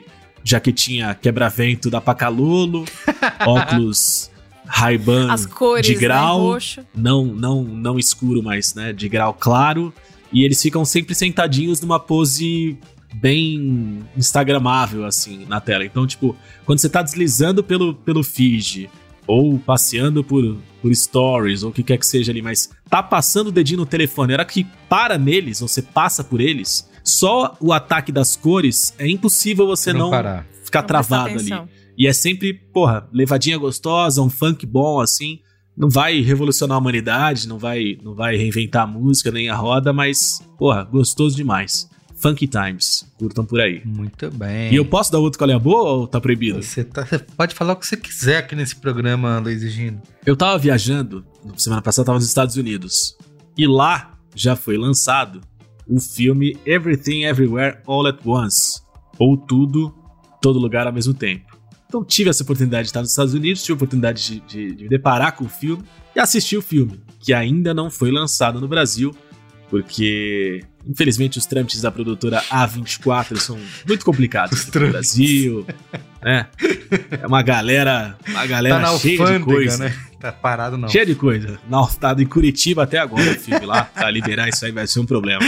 jaquetinha quebra-vento da Pacalolo, óculos Ray-Ban As cores, de grau, né, roxo. não, não, não escuro, mas né, de grau claro. E eles ficam sempre sentadinhos numa pose bem instagramável, assim, na tela. Então, tipo, quando você tá deslizando pelo, pelo feed, ou passeando por, por stories, ou o que quer que seja ali, mas tá passando o dedinho no telefone, a hora que para neles, você passa por eles, só o ataque das cores, é impossível você Não não, parar. ficar Não prestar travado ali. atenção. E é sempre, porra, levadinha gostosa, um funk bom, assim. Não vai revolucionar a humanidade, não vai, não vai reinventar a música, nem a roda, mas, porra, gostoso demais. Funky Times, curtam por aí. Muito bem. E eu posso dar outro qual é a boa ou tá proibido? Você, tá, você pode falar o que você quiser aqui nesse programa, Luiz e Gino. Eu tava viajando, semana passada eu tava nos Estados Unidos, e lá já foi lançado o filme Everything Everywhere All at Once, ou Tudo, Todo Lugar ao Mesmo Tempo. Então tive essa oportunidade de estar nos Estados Unidos, tive a oportunidade de, de, de me deparar com o filme e assistir o filme, que ainda não foi lançado no Brasil, porque infelizmente os trâmites da produtora A vinte e quatro são muito complicados aqui no Brasil, né? É uma galera, uma galera Tá na cheia de alfândega, coisa. né? Tá parado não. Cheia de coisa. Na, tá em Curitiba até agora o filme lá. Pra liberar isso aí vai ser um problema.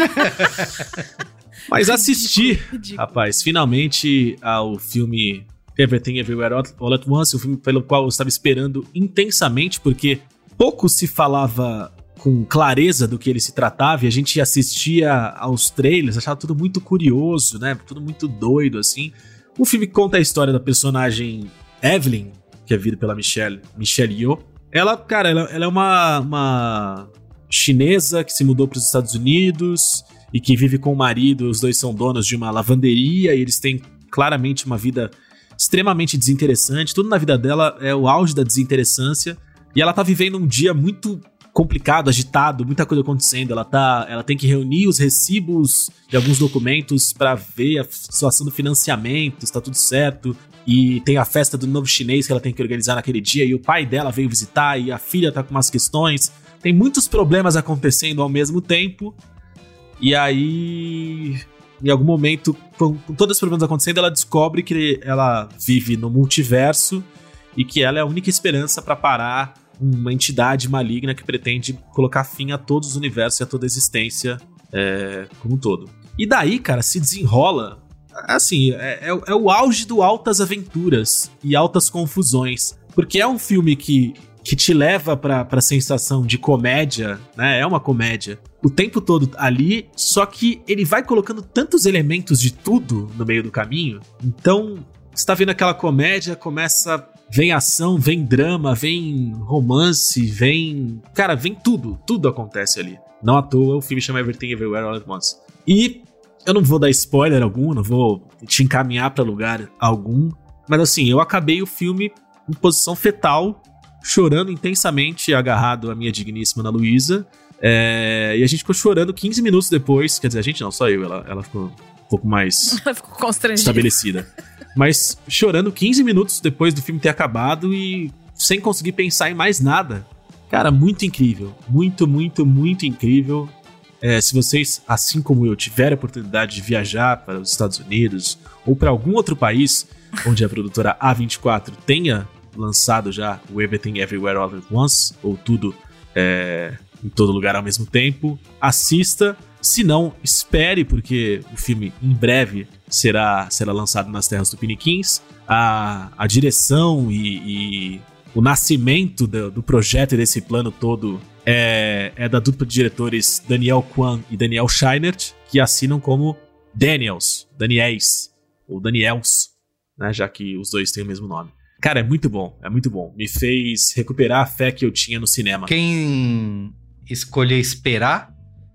Mas assisti, Ridículo. rapaz, finalmente ao filme Everything Everywhere All at Once, o filme pelo qual eu estava esperando intensamente, porque pouco se falava com clareza do que ele se tratava, e a gente assistia aos trailers, achava tudo muito curioso, né? Tudo muito doido, assim. O filme conta a história da personagem Evelyn, que é vivida pela Michelle, Michelle Yeoh. Ela, cara, ela, ela é uma, uma chinesa que se mudou para os Estados Unidos e que vive com o marido. Os dois são donos de uma lavanderia e eles têm claramente uma vida extremamente desinteressante. Tudo na vida dela é o auge da desinteressância. E ela tá vivendo um dia muito complicado, agitado, muita coisa acontecendo. Ela, tá, ela tem que reunir os recibos de alguns documentos para ver a situação do financiamento, está tudo certo. E tem a festa do novo chinês que ela tem que organizar naquele dia, e o pai dela veio visitar, e a filha tá com umas questões. Tem muitos problemas acontecendo ao mesmo tempo. E aí, em algum momento, com, com todos os problemas acontecendo, ela descobre que ela vive no multiverso e que ela é a única esperança para parar uma entidade maligna que pretende colocar fim a todos os universos e a toda a existência é, como um todo. E daí, cara, se desenrola, assim, é, é, é o auge do altas aventuras e altas confusões, porque é um filme que, que te leva pra, pra sensação de comédia, né, é uma comédia, o tempo todo ali, só que ele vai colocando tantos elementos de tudo no meio do caminho, então você tá vendo aquela comédia, começa... Vem ação, vem drama, vem romance, vem... Cara, vem tudo. Tudo acontece ali. Não à toa, o filme chama Everything Everywhere All at Once. E eu não vou dar spoiler algum, não vou te encaminhar pra lugar algum. Mas assim, eu acabei o filme em posição fetal, chorando intensamente, agarrado à minha digníssima Ana Luísa. É... E a gente ficou chorando quinze minutos depois. Quer dizer, a gente não, só eu. Ela, ela ficou um pouco mais Ela ficou constrangida. estabelecida. Mas chorando quinze minutos depois do filme ter acabado e sem conseguir pensar em mais nada. Cara, muito incrível. Muito, muito, muito incrível. É, se vocês, assim como eu, tiverem a oportunidade de viajar para os Estados Unidos ou para algum outro país onde a produtora A vinte e quatro tenha lançado já o Everything Everywhere All at Once, ou tudo é, em todo lugar ao mesmo tempo, assista. Se não, espere, porque o filme em breve será, será lançado nas terras tupiniquins. A, a direção e, e o nascimento do, do projeto e desse plano todo é, é da dupla de diretores Daniel Kwan e Daniel Scheinert, que assinam como Daniels, Daniels, ou Daniels, né, já que os dois têm o mesmo nome. Cara, é muito bom, é muito bom. Me fez recuperar a fé que eu tinha no cinema. Quem escolher esperar,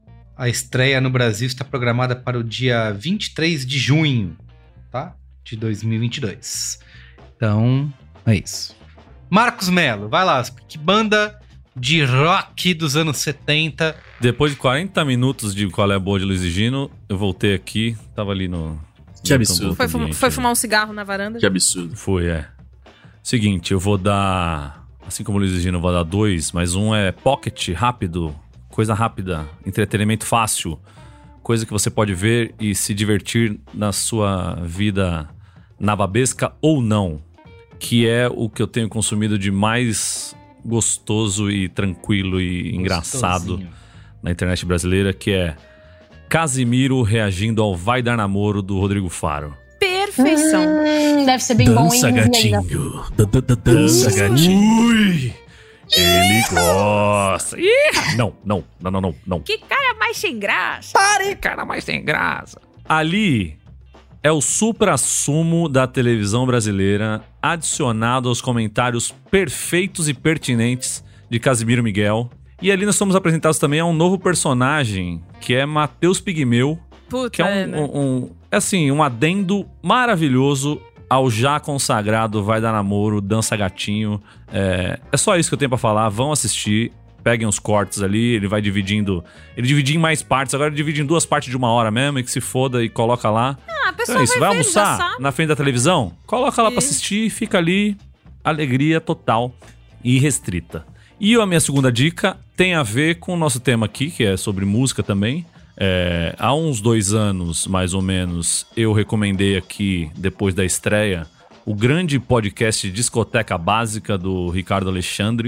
a estreia no Brasil está programada para o dia vinte e três de junho, tá? De dois mil e vinte e dois. Então, é isso. Marcos Melo, vai lá. Que banda de rock dos anos setenta. Depois de quarenta minutos de Qual é a Boa de Luiz e Gino, eu voltei aqui, tava ali no... Que absurdo. Foi, fuma, foi fumar um cigarro na varanda? Que absurdo. Foi, é. Seguinte, eu vou dar... Assim como o Luiz e Gino, eu vou dar dois, mas um é pocket, rápido... Coisa rápida, entretenimento fácil, coisa que você pode ver e se divertir na sua vida nababesca ou não, que é o que eu tenho consumido de mais gostoso e tranquilo e engraçado na internet brasileira, que é Casimiro reagindo ao Vai Dar Namoro do Rodrigo Faro. Perfeição. Hum, deve ser bem Dança, bom, hein? gatinho. Dança, gatinho. Ui! Ele gosta. Ih, não, não, não, não, não, não. Que cara mais sem graça. Pare, cara mais sem graça. Ali é o suprassumo da televisão brasileira, adicionado aos comentários perfeitos e pertinentes de Casimiro Miguel. E ali nós somos apresentados também a um novo personagem, que é Matheus Pigmeu, Puta, que é um, é, né? um, um, assim, um adendo maravilhoso ao já consagrado Vai Dar Namoro, Dança Gatinho. É, é só isso que eu tenho pra falar. Vão assistir, peguem os cortes ali, ele vai dividindo. Ele dividia em mais partes, agora ele divide em duas partes de uma hora mesmo, e que se foda e coloca lá. Ah, a pessoa Então é isso, vai vai ver, já almoçar sabe. na frente da televisão? Coloca lá pra Isso. assistir, fica ali, alegria total e restrita. E a minha segunda dica tem a ver com o nosso tema aqui, que é sobre música também. É, há uns dois anos, mais ou menos, eu recomendei aqui, depois da estreia, o grande podcast Discoteca Básica do Ricardo Alexandre.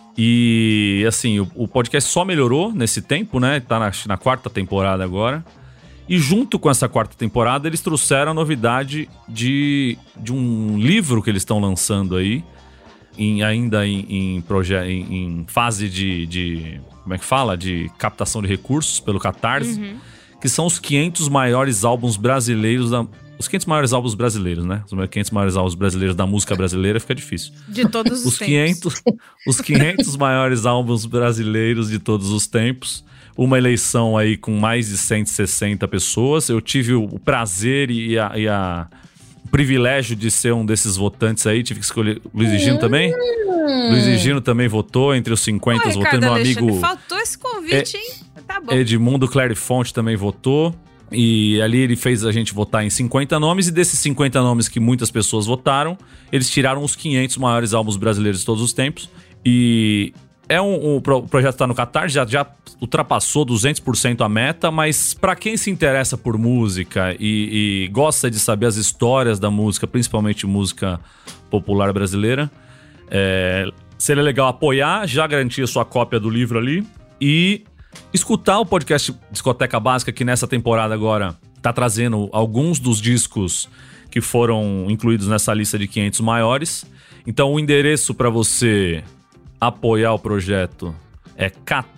E, assim, o, o podcast só melhorou nesse tempo, né? Tá na, na quarta temporada agora. E junto com essa quarta temporada, eles trouxeram a novidade de, de um livro que eles estão lançando aí, em, ainda em, em, proje- em, em fase de, de... Como é que fala? De captação de recursos pelo Catarse. Uhum. Que são os quinhentos maiores álbuns brasileiros da... Os quinhentos maiores álbuns brasileiros, né? Os quinhentos maiores álbuns brasileiros da música brasileira fica difícil. De todos os, Os tempos. quinhentos, os quinhentos maiores álbuns brasileiros de todos os tempos. Uma eleição aí com mais de cento e sessenta pessoas. Eu tive o prazer e, a, e a, o privilégio de ser um desses votantes aí. Tive que escolher... Luiz e Gino também? Luiz e Gino também votou entre os cinquenta, Ô, votou. Ricardo Meu Alexandre, amigo faltou esse convite, hein? Tá bom. Edmundo Clarifonte também votou. E ali ele fez a gente votar em cinquenta nomes. E desses cinquenta nomes que muitas pessoas votaram, eles tiraram os quinhentos maiores álbuns brasileiros de todos os tempos. E é um, um pro- o projeto está no Catarse, já, já ultrapassou duzentos por cento a meta. Mas para quem se interessa por música e, e gosta de saber as histórias da música, principalmente música popular brasileira, é, seria legal apoiar, já garantir a sua cópia do livro ali e escutar o podcast Discoteca Básica, que nessa temporada agora tá trazendo alguns dos discos que foram incluídos nessa lista de quinhentos maiores. Então o endereço para você apoiar o projeto é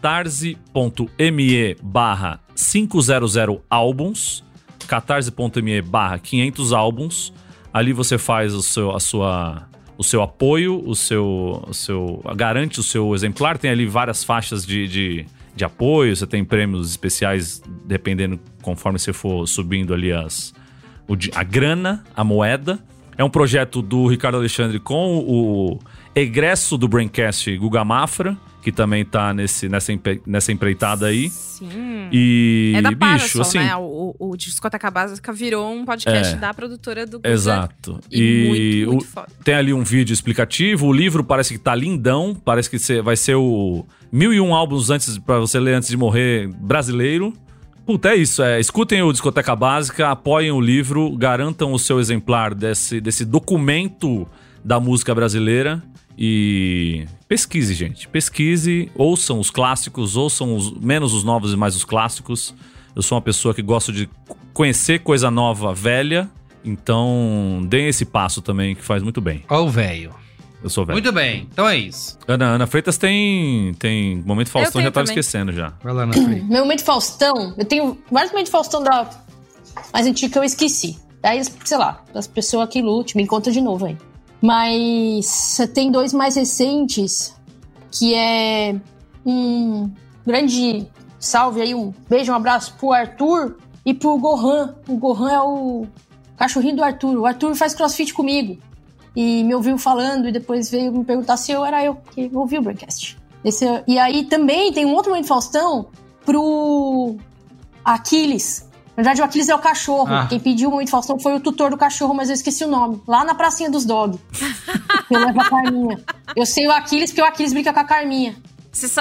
catarse.me barra quinhentos álbuns, catarse.me barra quinhentos álbuns. Ali você faz o seu, a sua... o seu apoio, o seu, o seu... garante o seu exemplar. Tem ali várias faixas de, de, de apoio. Você tem prêmios especiais, dependendo, conforme você for subindo ali as, o, di- a grana, a moeda. É um projeto do Ricardo Alexandre com o egresso do Braincast, Guga Mafra, que também tá nesse, nessa, empe- nessa empreitada aí. Sim. E, É da bicho, Parasol, assim... né? O, o Discoteca Básica virou um podcast É. da produtora do Guga. Exato. E, muito, muito o- foda. tem ali um vídeo explicativo. O livro parece que tá lindão. Parece que cê- vai ser o mil e um álbuns antes para você ler antes de morrer brasileiro. Puta, é isso. É, escutem o Discoteca Básica, apoiem o livro, garantam o seu exemplar desse, desse documento da música brasileira. E pesquise, gente. Pesquise, ouçam os clássicos, ouçam os, menos os novos e mais os clássicos. Eu sou uma pessoa que gosto de conhecer coisa nova, velha. Então, deem esse passo também, que faz muito bem. Ó o velho. Eu sou velho. Muito bem, então é isso. Ana, Ana Freitas tem, tem Momento Faustão, tenho já tava também. esquecendo já. Vai lá, Nathalie. Meu momento Faustão, eu tenho vários momentos Faustão da mais antigo que eu esqueci. Daí, sei lá, as pessoas que lute, me encontra de novo aí. Mas tem dois mais recentes, que é um grande salve aí, um beijo, um abraço pro Arthur e pro Gohan. O Gohan é o cachorrinho do Arthur. O Arthur faz crossfit comigo. E me ouviu falando e depois veio me perguntar se eu era eu que ouvi o Braincast. Esse, e aí também tem um outro momento Faustão pro Aquiles. Na verdade, o Aquiles é o cachorro. Ah. Quem pediu o momento Faustão foi o tutor do cachorro, mas eu esqueci o nome. Lá na pracinha dos dog. Eu levo a Carminha. Eu sei o Aquiles porque o Aquiles brinca com a Carminha.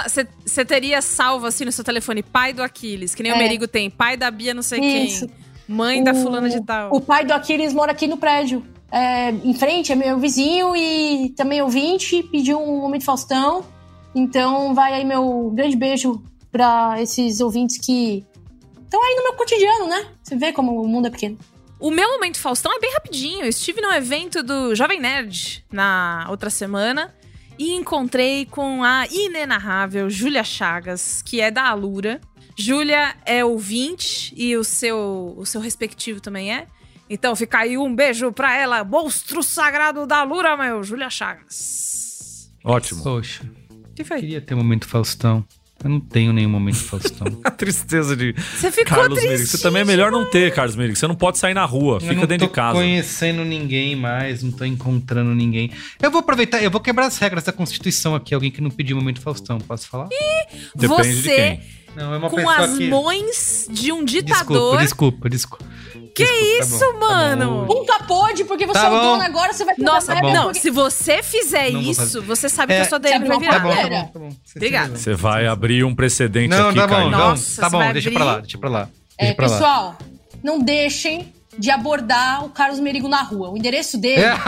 Você teria salvo assim no seu telefone pai do Aquiles, que nem É. o Merigo tem, pai da Bia não sei Isso. quem. Mãe da fulana de tal. O pai do Aquiles mora aqui no prédio. É, em frente, é meu vizinho e também ouvinte, pediu um Momento Faustão. Então vai aí meu grande beijo pra esses ouvintes que estão aí no meu cotidiano, né? Você vê como o mundo é pequeno. O meu Momento Faustão é bem rapidinho. Eu estive num evento do Jovem Nerd na outra semana e encontrei com a inenarrável Júlia Chagas, que é da Alura. Júlia é ouvinte e o seu, o seu respectivo também é. Então fica aí um beijo pra ela, monstro sagrado da Alura, meu, Júlia Chagas. Ótimo. Poxa, Que foi? queria ter um momento Faustão. Eu não tenho nenhum momento Faustão. A tristeza de Você ficou Carlos triste. Merigo. Você também é melhor não ter, Carlos Merigo. Você não pode sair na rua, Eu fica não dentro tô de casa. conhecendo ninguém mais, não tô encontrando ninguém. Eu vou aproveitar, eu vou quebrar as regras da Constituição aqui. Alguém que não pediu momento Faustão, posso falar? Depende de Você, quem. Não, é uma com pessoa as que... mães de um Desculpa, ditador. desculpa, desculpa. Que Desculpa, tá isso, bom, tá mano? bom. Nunca pôde, porque você Tá é o bom. dono agora, você vai poder Nossa, Tá bom. não, porque... se você fizer Não vou isso, fazer. você sabe É, que a sua D M vai tá Tá virar. bom, tá Galera. bom, tá bom. Você Obrigada. tem razão. Você vai abrir um precedente Não, aqui, tá bom, Caio. não. Nossa, Tá você bom, vai deixa abrir? pra lá, deixa pra lá. É, Deixa pra lá. pessoal, não deixem de abordar o Carlos Merigo na rua. O endereço dele é...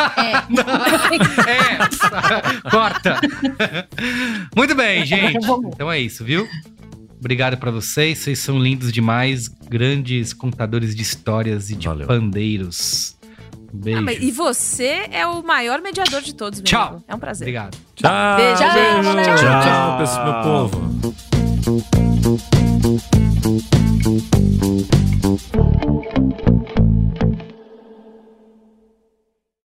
É, corta. Muito bem, gente. Vamos. Então é isso, viu? Obrigado pra vocês, vocês são lindos demais, grandes contadores de histórias e de Valeu. pandeiros. Beijo. Ah, mas e você é o maior mediador de todos, meu Tchau. amigo. É um prazer. Obrigado. Tchau. Beijo, Tchau, beijo. galera. Tchau, pessoal, meu povo.